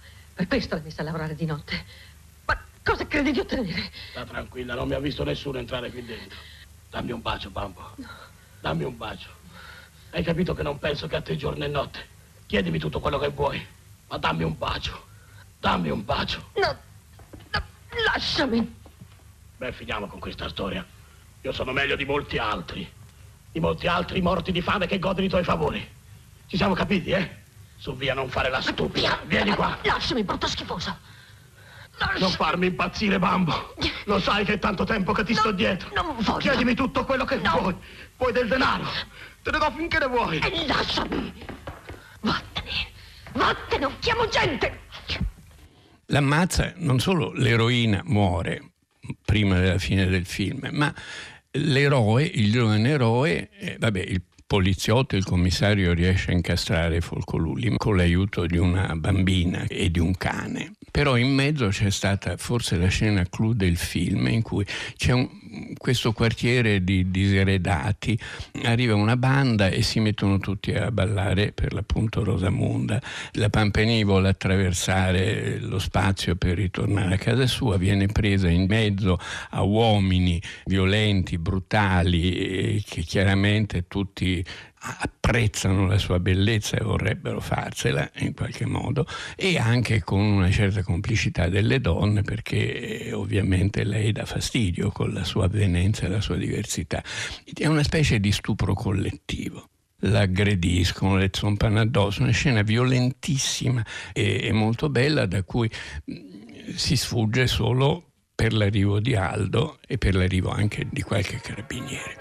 Per questo l'hai messa a lavorare di notte. Ma cosa credi di ottenere? Sta tranquilla, non mi ha visto nessuno entrare qui dentro. Dammi un bacio, Bambo. No. Dammi un bacio. Hai capito che non penso che a te giorno e notte? Chiedimi tutto quello che vuoi, ma dammi un bacio. Dammi un bacio. No, no, lasciami. Beh, finiamo con questa storia. Io sono meglio di molti altri. Di molti altri morti di fame che godono i tuoi favori. Ci siamo capiti, eh? Su, via, non fare la stupida. Vieni qua. Lasciami, brutto schifoso. Lasciami. Non farmi impazzire, Bambo. Lo sai che è tanto tempo che ti no, sto dietro. Non voglio. Chiedimi tutto quello che no. vuoi. Vuoi del denaro? Te ne do finché ne vuoi. E lasciami. Vattene. Vattene, non chiamo gente. L'ammazza, non solo l'eroina muore prima della fine del film, ma l'eroe, il giovane eroe, eh, vabbè, il poliziotto, il commissario riesce a incastrare Folcolulli con l'aiuto di una bambina e di un cane. Però in mezzo c'è stata forse la scena clou del film, in cui c'è un, questo quartiere di diseredati, arriva una banda e si mettono tutti a ballare per l'appunto Rosamonda. La Pampani vuole attraversare lo spazio per ritornare a casa sua, viene presa in mezzo a uomini violenti, brutali, che chiaramente tutti apprezzano la sua bellezza e vorrebbero farsela in qualche modo, e anche con una certa complicità delle donne, perché ovviamente lei dà fastidio con la sua avvenenza e la sua diversità. È una specie di stupro collettivo. L'aggrediscono, le zompano addosso, una scena violentissima e, e molto bella, da cui si sfugge solo per l'arrivo di Aldo e per l'arrivo anche di qualche carabiniere.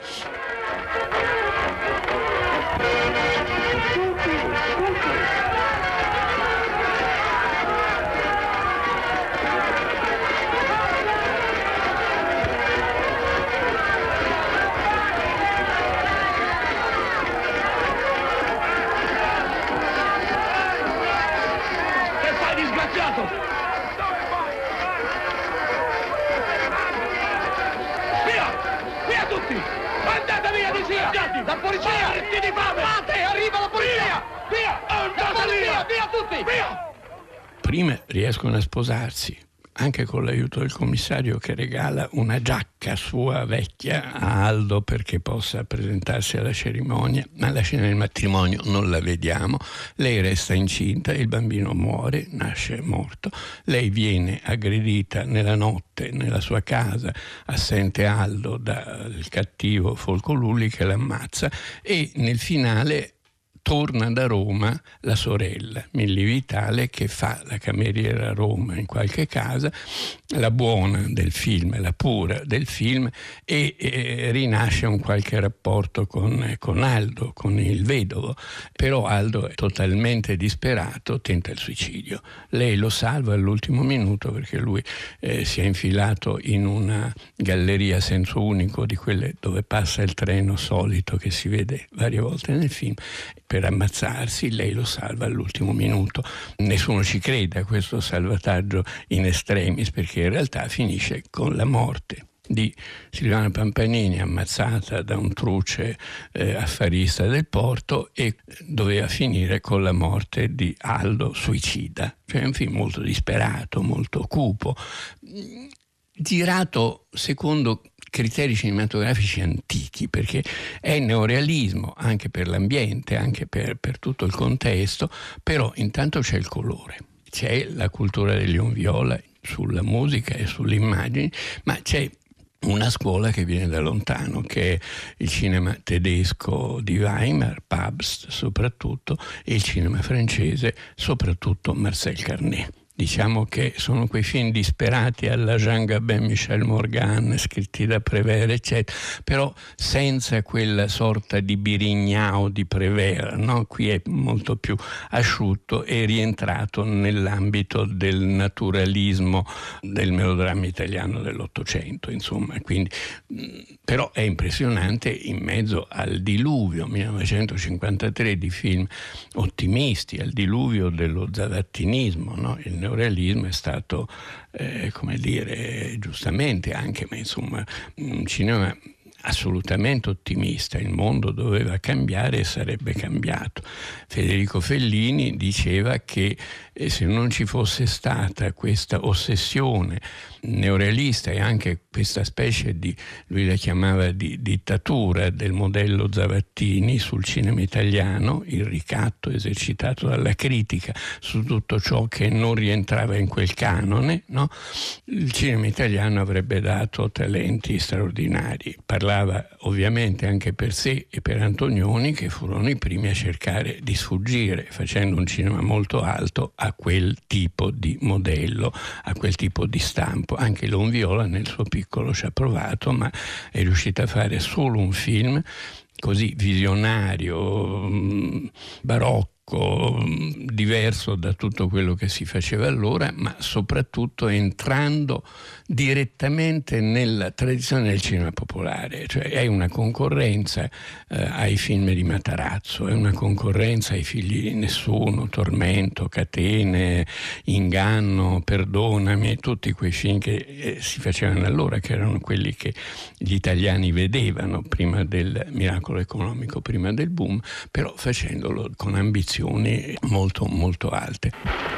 La polizia! Morti di fame! Fate! Arriva la polizia! Via! La polizia! Via tutti! Via! Prima riescono a sposarsi, anche con l'aiuto del commissario, che regala una giacca sua vecchia a Aldo perché possa presentarsi alla cerimonia, ma la scena del matrimonio non la vediamo. Lei resta incinta, il bambino muore, nasce morto, lei viene aggredita nella notte nella sua casa, assente Aldo, dal cattivo Folcolulli che l'ammazza, e nel finale torna da Roma la sorella, Milli Vitale, che fa la cameriera a Roma in qualche casa, la buona del film, la pura del film, e, e rinasce un qualche rapporto con, con Aldo, con il vedovo. Però Aldo è totalmente disperato, tenta il suicidio. Lei lo salva all'ultimo minuto perché lui eh, si è infilato in una galleria a senso unico, di quelle dove passa il treno solito che si vede varie volte nel film, per ammazzarsi. Lei lo salva all'ultimo minuto. Nessuno ci crede a questo salvataggio in extremis, perché in realtà finisce con la morte di Silvana Pampanini, ammazzata da un truce eh, affarista del porto, e doveva finire con la morte di Aldo suicida. Cioè un film molto disperato, molto cupo, girato secondo criteri cinematografici antichi, perché è neorealismo anche per l'ambiente, anche per, per tutto il contesto, però intanto c'è il colore, c'è la cultura del Leon Viola sulla musica e sulle immagini, ma c'è una scuola che viene da lontano, che è il cinema tedesco di Weimar, Pabst soprattutto, e il cinema francese, soprattutto Marcel Carné. Diciamo che sono quei film disperati alla Jean Gabin, Michel Morgan, scritti da Prévert, eccetera, però senza quella sorta di birignao di Prévert, no? Qui è molto più asciutto e rientrato nell'ambito del naturalismo del melodramma italiano dell'Ottocento, insomma. Quindi, però è impressionante in mezzo al diluvio millenovecentocinquantatré di film ottimisti, al diluvio dello zavattinismo, no? Il neorealismo è stato, eh, come dire, giustamente anche, ma insomma, un cinema assolutamente ottimista, il mondo doveva cambiare e sarebbe cambiato. Federico Fellini diceva che eh, se non ci fosse stata questa ossessione neorealista e anche questa specie di, lui la chiamava di dittatura del modello Zavattini sul cinema italiano, il ricatto esercitato dalla critica su tutto ciò che non rientrava in quel canone, no? Il cinema italiano avrebbe dato talenti straordinari. Parlava ovviamente anche per sé e per Antonioni, che furono i primi a cercare di sfuggire, facendo un cinema molto alto, a quel tipo di modello, a quel tipo di stampo. Anche Lonviola nel suo piccolo ci ha provato, ma è riuscita a fare solo un film così visionario, barocco, diverso da tutto quello che si faceva allora, ma soprattutto entrando direttamente nella tradizione del cinema popolare, cioè è una concorrenza eh, ai film di Matarazzo, è una concorrenza ai Figli di nessuno, Tormento, Catene, Inganno, Perdonami, tutti quei film che eh, si facevano allora, che erano quelli che gli italiani vedevano prima del miracolo economico, prima del boom, però facendolo con ambizioni molto molto alte.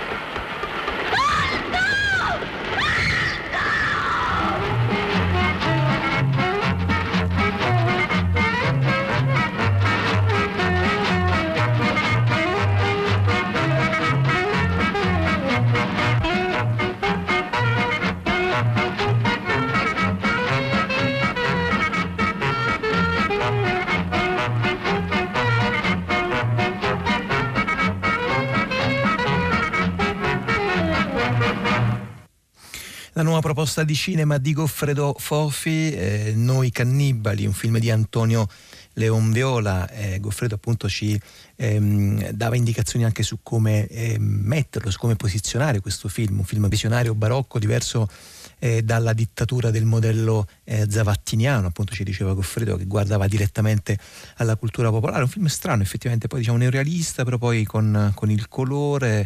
La nuova proposta di cinema di Goffredo Fofi, eh, Noi cannibali, un film di Antonio Leonviola. eh, Goffredo appunto ci ehm, dava indicazioni anche su come eh, metterlo, su come posizionare questo film, un film visionario barocco, diverso eh, dalla dittatura del modello eh, zavattiniano, appunto ci diceva Goffredo, che guardava direttamente alla cultura popolare. Un film strano effettivamente, poi diciamo neorealista, però poi con, con il colore,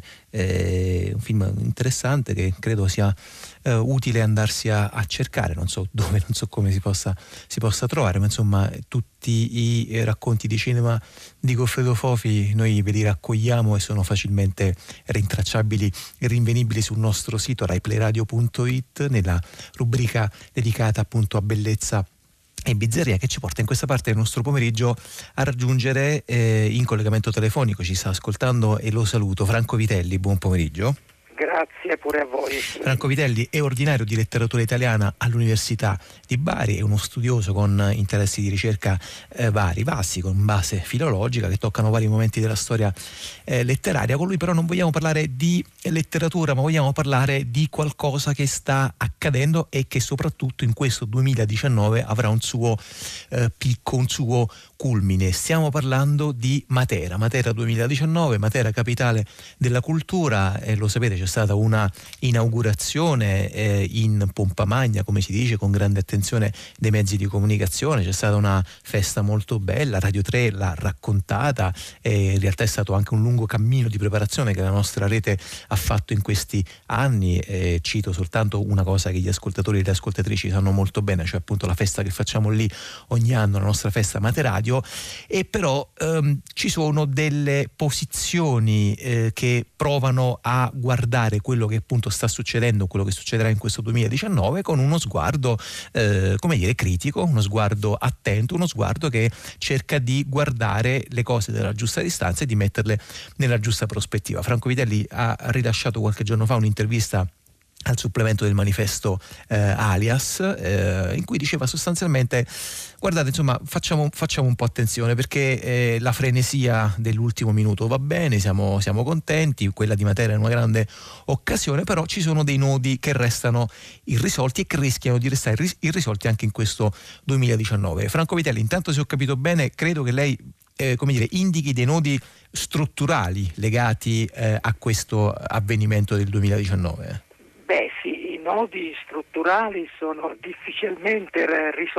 eh, un film interessante che credo sia eh, utile andarsi a, a cercare, non so dove, non so come si possa, si possa trovare, ma insomma tutti i racconti di cinema di Goffredo Fofi noi ve li raccogliamo e sono facilmente rintracciabili e rinvenibili sul nostro sito rai play radio punto it nella rubrica dedicata appunto a bellezza e bizzarria, che ci porta in questa parte del nostro pomeriggio a raggiungere eh, in collegamento telefonico, ci sta ascoltando e lo saluto, Franco Vitelli. Buon pomeriggio. Grazie pure a voi. Franco Vitelli è ordinario di letteratura italiana all'Università di Bari, è uno studioso con interessi di ricerca eh, vari, vasti, con base filologica, che toccano vari momenti della storia eh, letteraria. Con lui però non vogliamo parlare di letteratura, ma vogliamo parlare di qualcosa che sta accadendo e che soprattutto in questo duemiladiciannove avrà un suo eh, picco, un suo culmine. Stiamo parlando di Matera, Matera duemiladiciannove, Matera capitale della cultura, eh, lo sapete, c'è stata una inaugurazione eh, in pompa magna, come si dice, con grande attenzione dei mezzi di comunicazione, c'è stata una festa molto bella, Radio tre l'ha raccontata, e in realtà è stato anche un lungo cammino di preparazione che la nostra rete ha fatto in questi anni. Eh, cito soltanto una cosa che gli ascoltatori e le ascoltatrici sanno molto bene, cioè appunto la festa che facciamo lì ogni anno, la nostra festa Materadio. E però ehm, ci sono delle posizioni eh, che provano a guardare quello che appunto sta succedendo, quello che succederà in questo duemiladiciannove con uno sguardo eh, come dire critico, uno sguardo attento, uno sguardo che cerca di guardare le cose dalla giusta distanza e di metterle nella giusta prospettiva. Franco Vitelli ha rilasciato qualche giorno fa un'intervista al supplemento del manifesto eh, Alias, eh, in cui diceva sostanzialmente: guardate, insomma, facciamo, facciamo un po' attenzione, perché eh, la frenesia dell'ultimo minuto va bene, siamo, siamo contenti, quella di Matera è una grande occasione, però ci sono dei nodi che restano irrisolti e che rischiano di restare irrisolti anche in questo duemiladiciannove. Franco Vitelli, intanto, se ho capito bene, credo che lei Eh, come dire, indichi dei nodi strutturali legati eh, a questo avvenimento del duemiladiciannove. Beh sì, i nodi strutturali sono difficilmente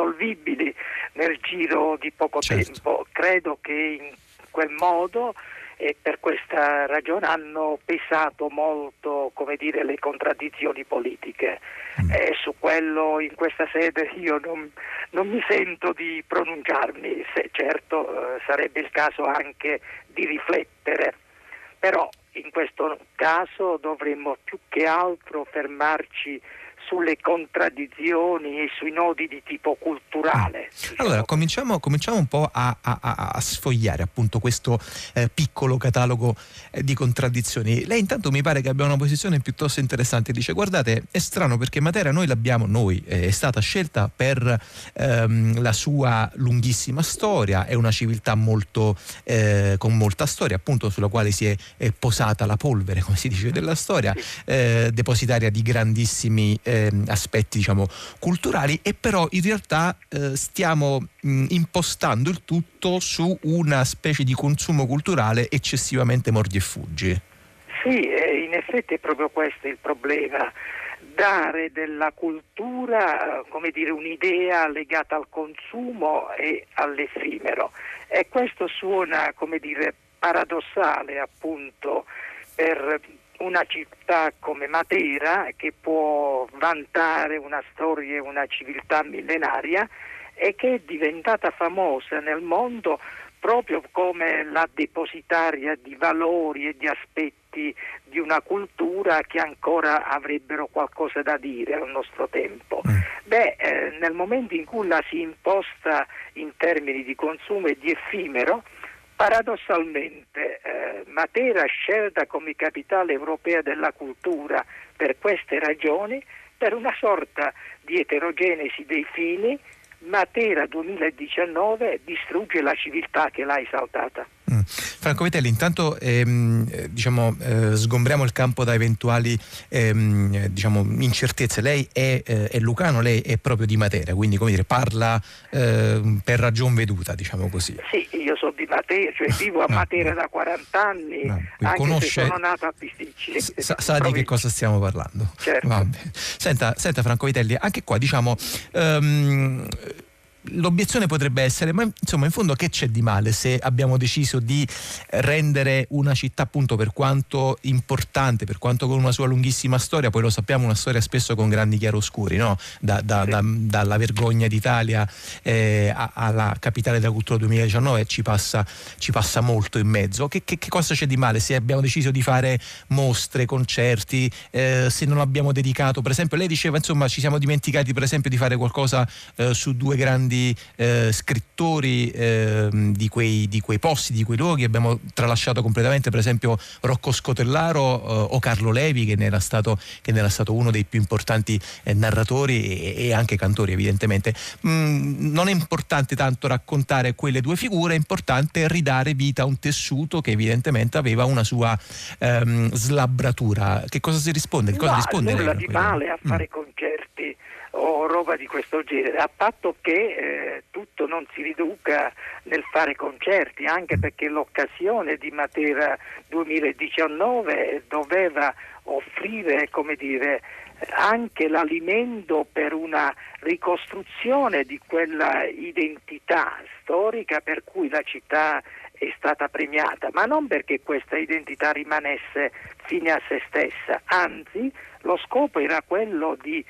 risolvibili nel giro di poco certo. tempo. Credo che in quel modo e per questa ragione hanno pesato molto, come dire, le contraddizioni politiche. Mm. E su quello in questa sede io non, non mi sento di pronunciarmi, se certo eh, sarebbe il caso anche di riflettere, però in questo caso dovremmo più che altro fermarci sulle contraddizioni e sui nodi di tipo culturale. Allora cominciamo, cominciamo un po' a, a, a sfogliare appunto questo eh, piccolo catalogo eh, di contraddizioni. Lei intanto mi pare che abbia una posizione piuttosto interessante, dice: guardate, è strano perché Matera noi l'abbiamo, noi eh, è stata scelta per ehm, la sua lunghissima storia, è una civiltà molto eh, con molta storia, appunto sulla quale si è, è posata la polvere, come si dice, della storia, eh, depositaria di grandissimi eh, aspetti, diciamo, culturali, e però in realtà eh, stiamo mh, impostando il tutto su una specie di consumo culturale eccessivamente mordi e fuggi. Sì, eh, in effetti è proprio questo il problema, dare della cultura, come dire, un'idea legata al consumo e all'effimero, e questo suona, come dire, paradossale appunto per una città come Matera, che può vantare una storia e una civiltà millenaria e che è diventata famosa nel mondo proprio come la depositaria di valori e di aspetti di una cultura che ancora avrebbero qualcosa da dire al nostro tempo. Beh, eh, nel momento in cui la si imposta in termini di consumo e di effimero, paradossalmente eh, Matera, scelta come capitale europea della cultura per queste ragioni, per una sorta di eterogenesi dei fini, Matera duemiladiciannove distrugge la civiltà che l'ha esaltata. Mm. Franco Vitelli, intanto ehm, diciamo eh, sgombriamo il campo da eventuali ehm, diciamo incertezze. Lei è, eh, è lucano, lei è proprio di Matera, quindi come dire parla eh, per ragion veduta, diciamo così. Sì, io sono di Matera, cioè vivo a Matera da quaranta anni, no, anche conosce, se sono nato a Pisticci. Sa, sa di che cosa stiamo parlando. Certo. Senta, senta Franco Vitelli, anche qua diciamo um, l'obiezione potrebbe essere: ma insomma, in fondo che c'è di male se abbiamo deciso di rendere una città, appunto, per quanto importante, per quanto con una sua lunghissima storia, poi lo sappiamo, una storia spesso con grandi chiaroscuri, no? Da, da, sì. da, dalla vergogna d'Italia eh, alla capitale della cultura duemiladiciannove ci passa, ci passa molto in mezzo. Che, che, che cosa c'è di male se abbiamo deciso di fare mostre, concerti, eh, se non abbiamo dedicato, per esempio, lei diceva, insomma, ci siamo dimenticati per esempio di fare qualcosa eh, su due grandi Eh, scrittori eh, di, quei, di quei posti, di quei luoghi. Abbiamo tralasciato completamente per esempio Rocco Scotellaro eh, o Carlo Levi, che ne era stato, che ne era stato uno dei più importanti eh, narratori e, e anche cantori, evidentemente. Mm, non è importante tanto raccontare quelle due figure, è importante ridare vita a un tessuto che evidentemente aveva una sua ehm, slabbratura. Che cosa si risponde? Che cosa no, risponde nulla lei? di male a fare mm. concerti o roba di questo genere, a patto che eh, tutto non si riduca nel fare concerti, anche perché l'occasione di Matera duemiladiciannove doveva offrire, come dire, anche l'alimento per una ricostruzione di quella identità storica per cui la città è stata premiata, ma non perché questa identità rimanesse fine a se stessa, anzi lo scopo era quello di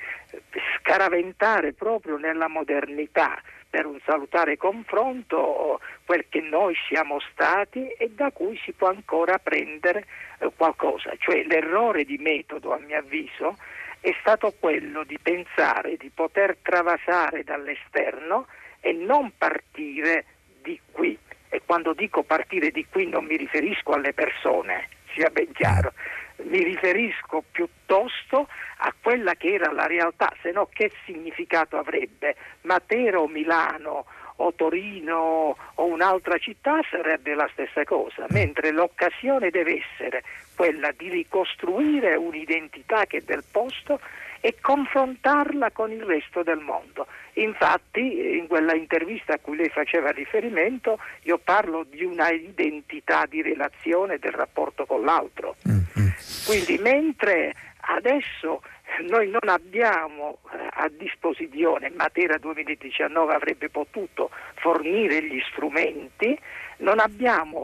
scaraventare proprio nella modernità, per un salutare confronto, quel che noi siamo stati e da cui si può ancora prendere eh, qualcosa. Cioè l'errore di metodo, a mio avviso, è stato quello di pensare di poter travasare dall'esterno e non partire di qui. E quando dico partire di qui non mi riferisco alle persone, sia ben chiaro, mi riferisco piuttosto a quella che era la realtà, se no che significato avrebbe Matera o Milano o Torino o un'altra città, sarebbe la stessa cosa, mentre l'occasione deve essere quella di ricostruire un'identità che è del posto e confrontarla con il resto del mondo. Infatti in quella intervista a cui lei faceva riferimento io parlo di una identità di relazione del rapporto con l'altro. Mm-hmm. Quindi mentre adesso noi non abbiamo eh, a disposizione, Matera duemiladiciannove avrebbe potuto fornire gli strumenti, non abbiamo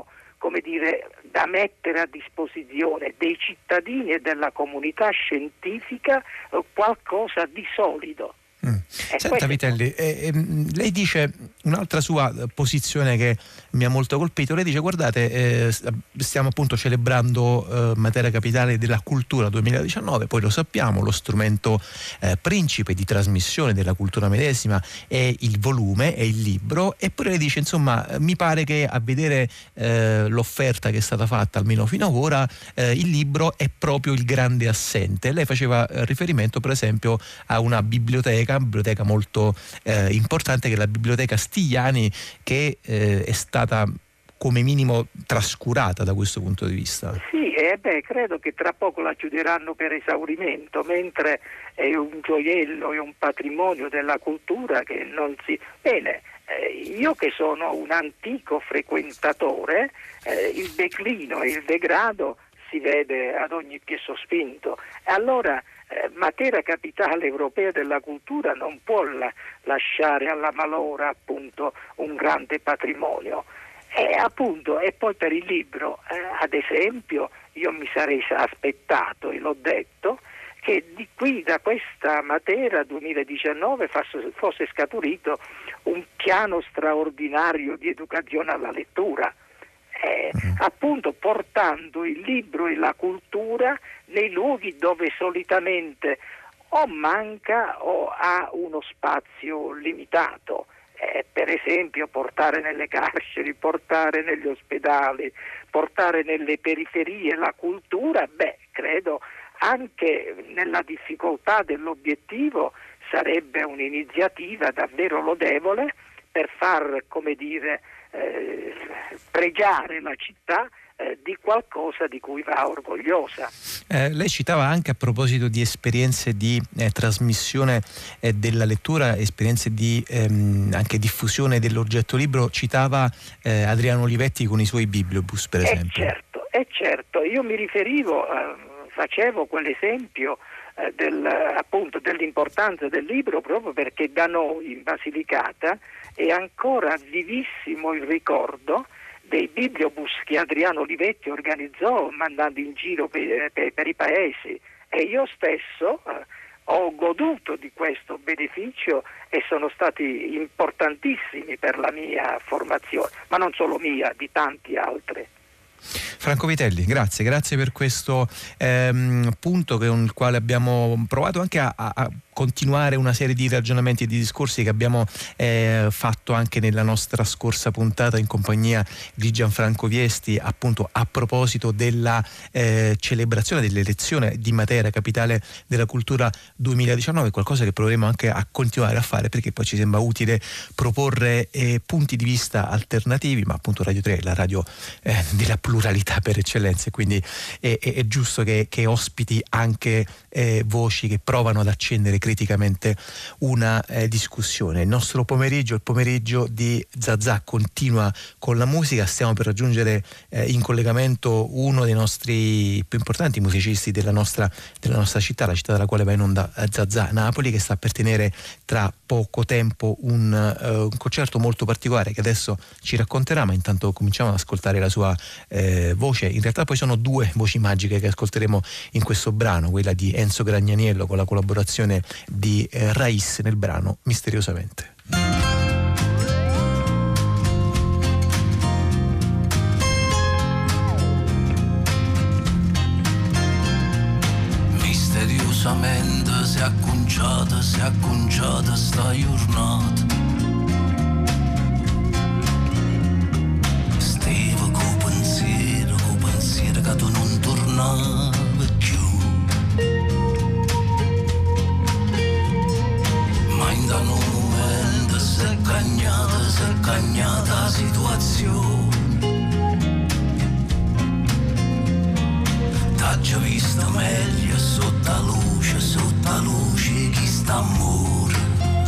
come dire, da mettere a disposizione dei cittadini e della comunità scientifica eh, qualcosa di solido. Mm. Senta Vitelli, eh, eh, lei dice un'altra sua posizione che mi ha molto colpito. Lei dice: guardate, eh, stiamo appunto celebrando eh, Matera Capitale della Cultura duemiladiciannove, poi lo sappiamo, lo strumento eh, principe di trasmissione della cultura medesima è il volume, è il libro, eppure lei dice, insomma, mi pare che a vedere eh, l'offerta che è stata fatta almeno fino ad ora, eh, il libro è proprio il grande assente. Lei faceva eh, riferimento per esempio a una biblioteca biblioteca molto eh, importante, che è la biblioteca Stigliani, che eh, è stata come minimo trascurata da questo punto di vista. Sì, eh beh, credo che tra poco la chiuderanno per esaurimento, mentre è un gioiello, è un patrimonio della cultura che non si... Bene, eh, io che sono un antico frequentatore, eh, il declino e il degrado si vede ad ogni piè sospinto. E allora eh, Matera Capitale Europea della Cultura non può la, lasciare alla malora appunto un grande patrimonio. E appunto, e poi per il libro, eh, ad esempio, io mi sarei aspettato, e l'ho detto, che di qui da questa Matera duemiladiciannove fosse, fosse scaturito un piano straordinario di educazione alla lettura. Eh, appunto portando il libro e la cultura nei luoghi dove solitamente o manca o ha uno spazio limitato, eh, per esempio portare nelle carceri, portare negli ospedali, portare nelle periferie la cultura. Beh, credo anche nella difficoltà dell'obiettivo sarebbe un'iniziativa davvero lodevole per far, come dire, Eh, pregiare la città eh, di qualcosa di cui va orgogliosa. Eh, lei citava anche, a proposito di esperienze di eh, trasmissione eh, della lettura, esperienze di ehm, anche diffusione dell'oggetto libro, citava eh, Adriano Olivetti con i suoi bibliobus, per esempio. Eh certo, eh certo, io mi riferivo, eh, facevo quell'esempio eh, del, appunto dell'importanza del libro proprio perché da noi in Basilicata è ancora vivissimo il ricordo dei bibliobus che Adriano Olivetti organizzò mandando in giro per, per, per i paesi, e io stesso eh, ho goduto di questo beneficio e sono stati importantissimi per la mia formazione, ma non solo mia, di tanti altri. Franco Vitelli, grazie, grazie per questo ehm, punto con il quale abbiamo provato anche a, a continuare una serie di ragionamenti e di discorsi che abbiamo eh, fatto anche nella nostra scorsa puntata in compagnia di Gianfranco Viesti, appunto a proposito della eh, celebrazione dell'elezione di Matera Capitale della Cultura duemiladiciannove, qualcosa che proveremo anche a continuare a fare, perché poi ci sembra utile proporre eh, punti di vista alternativi, ma appunto Radio tre è la radio eh, della pluralità per eccellenza, quindi è, è, è giusto che, che ospiti anche eh, voci che provano ad accendere criticamente una eh, discussione. Il nostro pomeriggio, il pomeriggio di Zazà, continua con la musica. Stiamo per raggiungere eh, in collegamento uno dei nostri più importanti musicisti della nostra, della nostra città, la città dalla quale va in onda eh, Zazà, Napoli, che sta per tenere tra poco tempo un, uh, un concerto molto particolare che adesso ci racconterà, ma intanto cominciamo ad ascoltare la sua eh, voce. In realtà poi sono due voci magiche che ascolteremo in questo brano, quella di Enzo Gragnaniello con la collaborazione di eh, Raiz nel brano Misteriosamente. Misteriosamente si è acconciata, si è acconciata sta giornata. Stavo con pensiero, con pensiero che tu non tornavi più. Ma in da un momento si è cagnata, si è cagnata la situazione. T'ha già visto meglio sotto la luce, sotto la luce chi sta amore.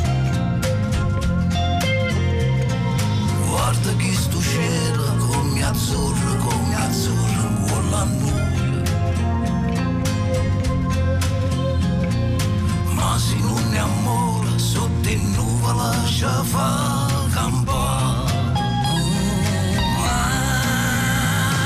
Guarda chi sto cielo come azzurro, come azzurro con la nuvola. Ma se non è amore sotto il nuvola ci fa campare.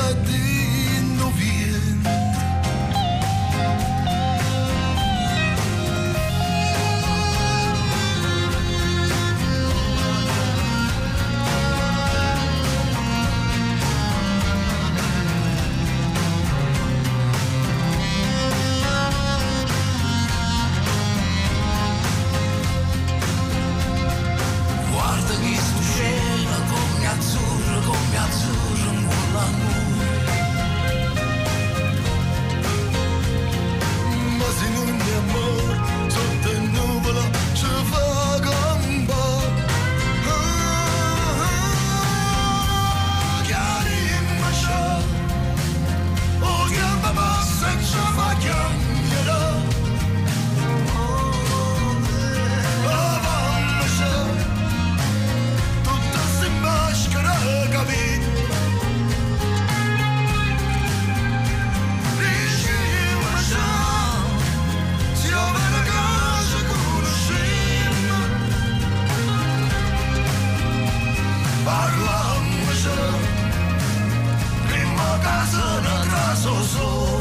di vien. Guarda chi succede come azzurro, come azzurro, con l'amore. Ma se non è amore, sotto il nuvolo ci fa gamba. Chiari in mascia, o gamba passa e ci fa chiamare. La mamma c'è, tutta si maschera capito. Diceva già, si ove la casa conosciamo. Parlammo già, prima casa una casa solo.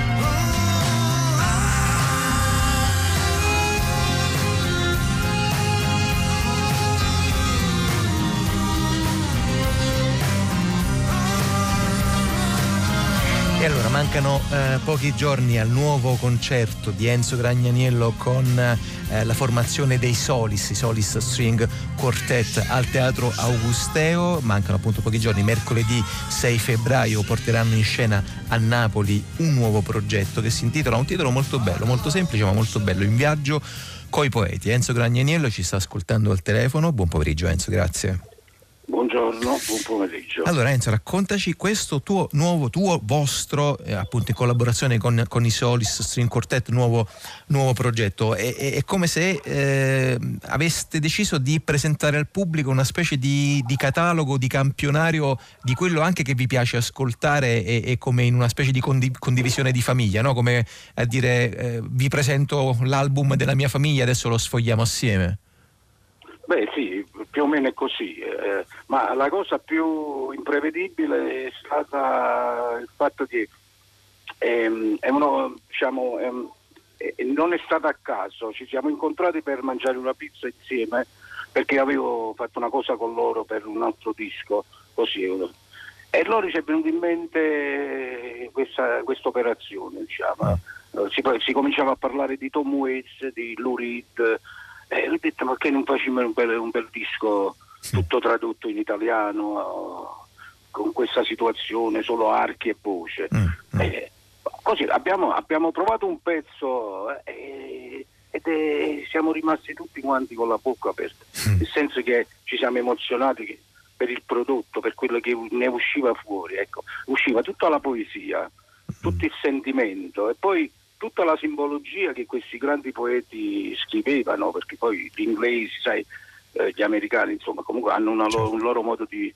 E allora mancano eh, pochi giorni al nuovo concerto di Enzo Gragnaniello con eh, la formazione dei Solis, i Solis String Quartet al Teatro Augusteo. Mancano appunto pochi giorni, mercoledì sei febbraio porteranno in scena a Napoli un nuovo progetto che si intitola, un titolo molto bello, molto semplice ma molto bello, In viaggio coi poeti. Enzo Gragnaniello ci sta ascoltando al telefono. Buon pomeriggio Enzo, grazie. Buongiorno, buon pomeriggio. Allora Enzo, raccontaci questo tuo nuovo, tuo vostro, eh, appunto in collaborazione con, con i Solis String Quartet, nuovo, nuovo progetto. È, è, è come se eh, aveste deciso di presentare al pubblico una specie di, di catalogo, di campionario di quello anche che vi piace ascoltare e, e come in una specie di condiv- condivisione di famiglia, no? Come a dire eh, vi presento l'album della mia famiglia, adesso lo sfogliamo assieme. Beh sì, più o meno è così, eh, ma la cosa più imprevedibile è stata il fatto che ehm, è uno, diciamo, ehm, eh, non è stato a caso, ci siamo incontrati per mangiare una pizza insieme perché avevo fatto una cosa con loro per un altro disco, così, e loro ci è venuta in mente questa operazione, diciamo. Mm. Si, si cominciava a parlare di Tom Waits, di Lou Reed. Eh, ho detto, ma che non facciamo un bel, un bel disco tutto tradotto in italiano, con questa situazione, solo archi e voce. Mm, mm. Eh, così abbiamo, abbiamo provato un pezzo eh, ed è, siamo rimasti tutti quanti con la bocca aperta, mm. nel senso che ci siamo emozionati che, per il prodotto, per quello che ne usciva fuori. Ecco, usciva tutta la poesia, tutto il sentimento e poi tutta la simbologia che questi grandi poeti scrivevano, perché poi gli inglesi, sai, eh, gli americani, insomma, comunque hanno una loro, un loro modo di,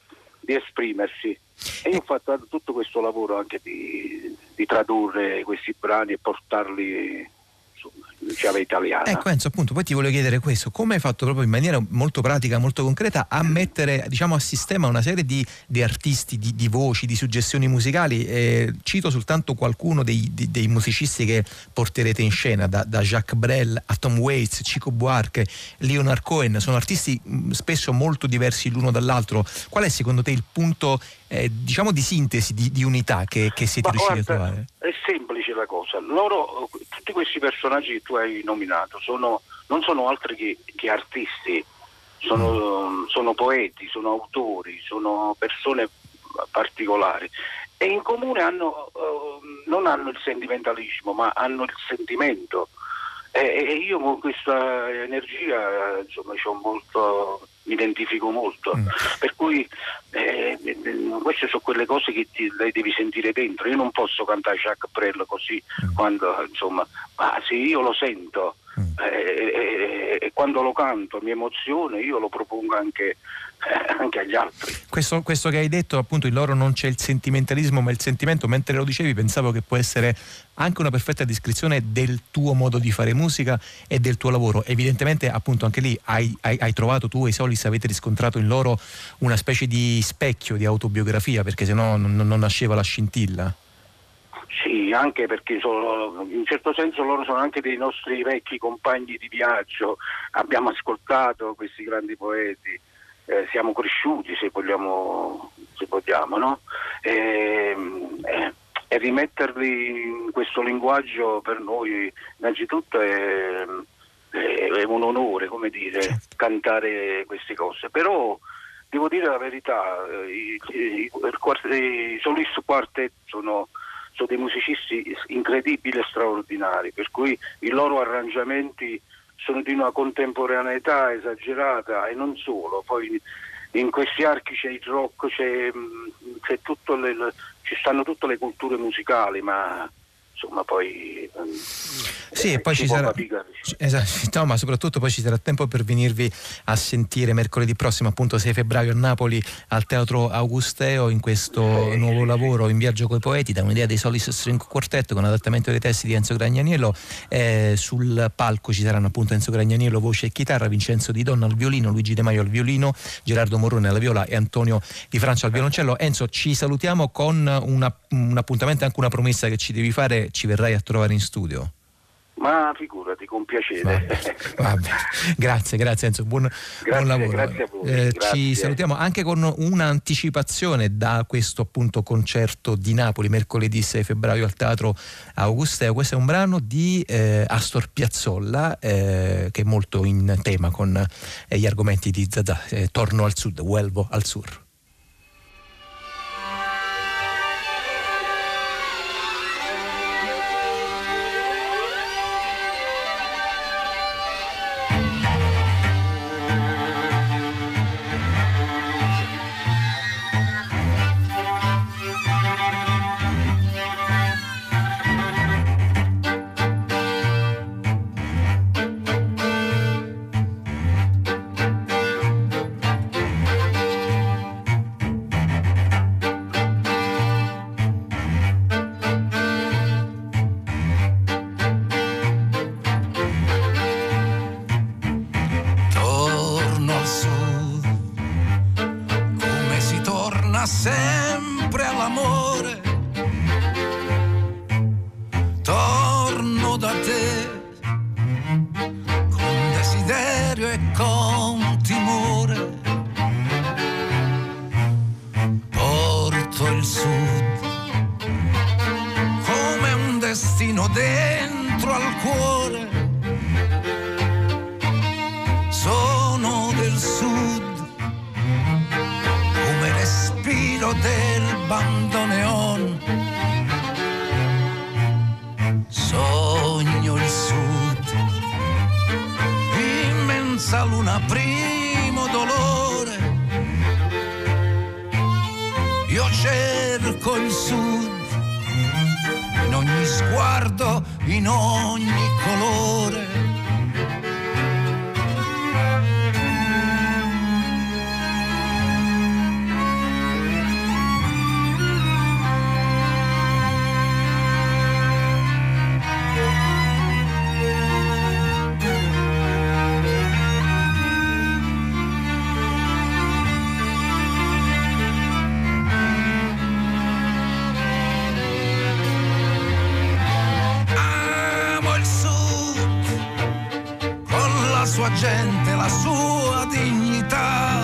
di esprimersi. E io ho fatto tutto questo lavoro anche di, di tradurre questi brani e portarli, insomma, in chiave italiana. Ecco Enzo, appunto, poi ti voglio chiedere questo: come hai fatto proprio in maniera molto pratica, molto concreta a mettere, diciamo, a sistema una serie di, di artisti, di, di voci, di suggestioni musicali? Eh, cito soltanto qualcuno dei, di, dei musicisti che porterete in scena, da, da Jacques Brel a Tom Waits, Chico Buarque, Leonard Cohen. Sono artisti mh, spesso molto diversi l'uno dall'altro. Qual è secondo te il punto eh, diciamo di sintesi, di, di unità che, che siete Ma riusciti guarda, a trovare? È semplice la cosa. Loro, tutti questi personaggi che tu hai nominato sono, non sono altri che, che artisti, sono, mm. sono poeti, sono autori, sono persone particolari e in comune hanno, uh, non hanno il sentimentalismo, ma hanno il sentimento. E, e io con questa energia, insomma, c'ho molto, mi identifico molto, mm. per cui eh, queste sono quelle cose che ti, le devi sentire dentro. Io non posso cantare Jacques Brel così, mm. quando, insomma, ma se io lo sento mm. e, e, e quando lo canto mi emoziono, io lo propongo anche, eh, anche agli altri. Questo, questo che hai detto, appunto, in loro non c'è il sentimentalismo ma il sentimento, mentre lo dicevi pensavo che può essere anche una perfetta descrizione del tuo modo di fare musica e del tuo lavoro. Evidentemente, appunto, anche lì hai, hai, hai trovato, tu e i Solis avete riscontrato in loro una specie di specchio, di autobiografia, perché sennò non, non nasceva la scintilla. Sì, anche perché sono, in un certo senso loro sono anche dei nostri vecchi compagni di viaggio, abbiamo ascoltato questi grandi poeti, eh, siamo cresciuti, se vogliamo, se vogliamo, no? E, eh, e rimetterli in questo linguaggio per noi innanzitutto è, è un onore, come dire, cantare queste cose. Però devo dire la verità, i, i, i, i Solis Quartet sono, sono dei musicisti incredibili e straordinari, per cui i loro arrangiamenti sono di una contemporaneità esagerata, e non solo. Poi in questi archi c'è il rock, c'è, c'è tutto le, ci stanno tutte le culture musicali, ma insomma poi sì, eh, e poi ci, ci sarà esatto, no, ma soprattutto poi ci sarà tempo per venirvi a sentire mercoledì prossimo, appunto sei febbraio, a Napoli al Teatro Augusteo, in questo sì, nuovo sì, lavoro sì. In viaggio coi poeti, da un'idea dei Solis String Quartet con adattamento dei testi di Enzo Gragnaniello. Eh, sul palco ci saranno appunto Enzo Gragnaniello voce e chitarra, Vincenzo Di Donna al violino, Luigi De Maio al violino, Gerardo Morrone alla viola e Antonio Di Francia al violoncello. Enzo, ci salutiamo con una, un appuntamento, anche una promessa che ci devi fare: ci verrai a trovare in studio? Ma figurati, con piacere. Vabbè, vabbè. Grazie, grazie Enzo, buon, grazie, buon lavoro. Grazie a voi. Eh, grazie. Ci salutiamo anche con un'anticipazione da questo appunto concerto di Napoli mercoledì sei febbraio al Teatro Augusteo. Questo è un brano di eh, Astor Piazzolla eh, che è molto in tema con eh, gli argomenti di Zazà. Eh, torno al sud, vuelvo al sur. Sempre all'amore, torno da te con desiderio e con timore, porto il sud come un destino dentro al cuore, sono del sud del bandoneon, sogno il sud, immensa luna, primo dolore, io cerco il sud, in ogni sguardo, in ogni colore. Sua gente, la sua dignità,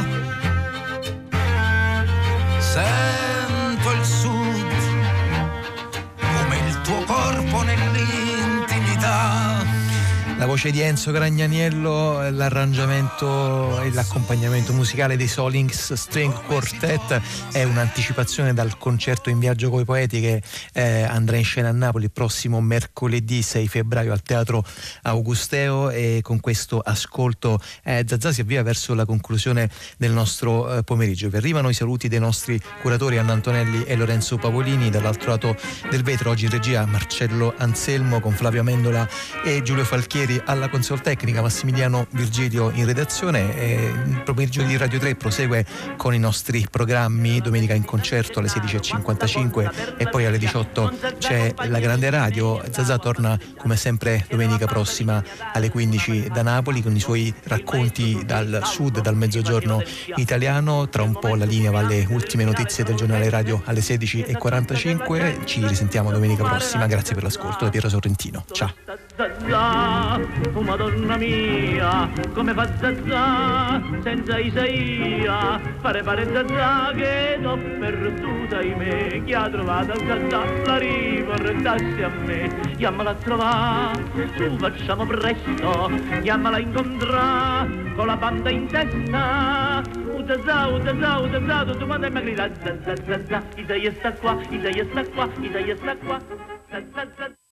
sento il sud come il tuo corpo nell'intimità. La voce di Enzo Gragnaniello, l'arrangiamento e l'accompagnamento musicale dei Solis String Quartet è un'anticipazione dal concerto In viaggio coi poeti che eh, andrà in scena a Napoli il prossimo mercoledì sei febbraio al Teatro Augusteo. E con questo ascolto eh, Zazà si avvia verso la conclusione del nostro eh, pomeriggio. Vi arrivano i saluti dei nostri curatori Anna Antonelli e Lorenzo Pavolini, dall'altro lato del vetro oggi in regia Marcello Anselmo con Flavio Amendola e Giulio Falchieri alla console tecnica, Massimiliano Virgilio in redazione. E il pomeriggio di Radio tre prosegue con i nostri programmi. Domenica in concerto alle sedici e cinquantacinque e poi alle diciotto c'è la Grande Radio. Zazà torna come sempre domenica prossima alle quindici da Napoli con i suoi racconti dal sud, dal mezzogiorno italiano. Tra un po' la linea va alle ultime notizie del giornale radio alle sedici e quarantacinque. Ci risentiamo domenica prossima. Grazie per l'ascolto da Piero Sorrentino. Ciao. Zazà, oh Madonna mia, come fa Zazà senza Isaia? Fare pare Zazà che t'ho perduta in me. Chi ha trovato Zazà la riportassi a me. Chiamala a trovare, su facciamo presto, chiamala a incontrare con la banda in testa. Oh Zazà, oh Zazà, oh Zazà, tutto quanto è magrita. Zazà, Zazà, Isaia sta qua, Isaia sta qua, Isaia sta qua. Zazà, Zazà.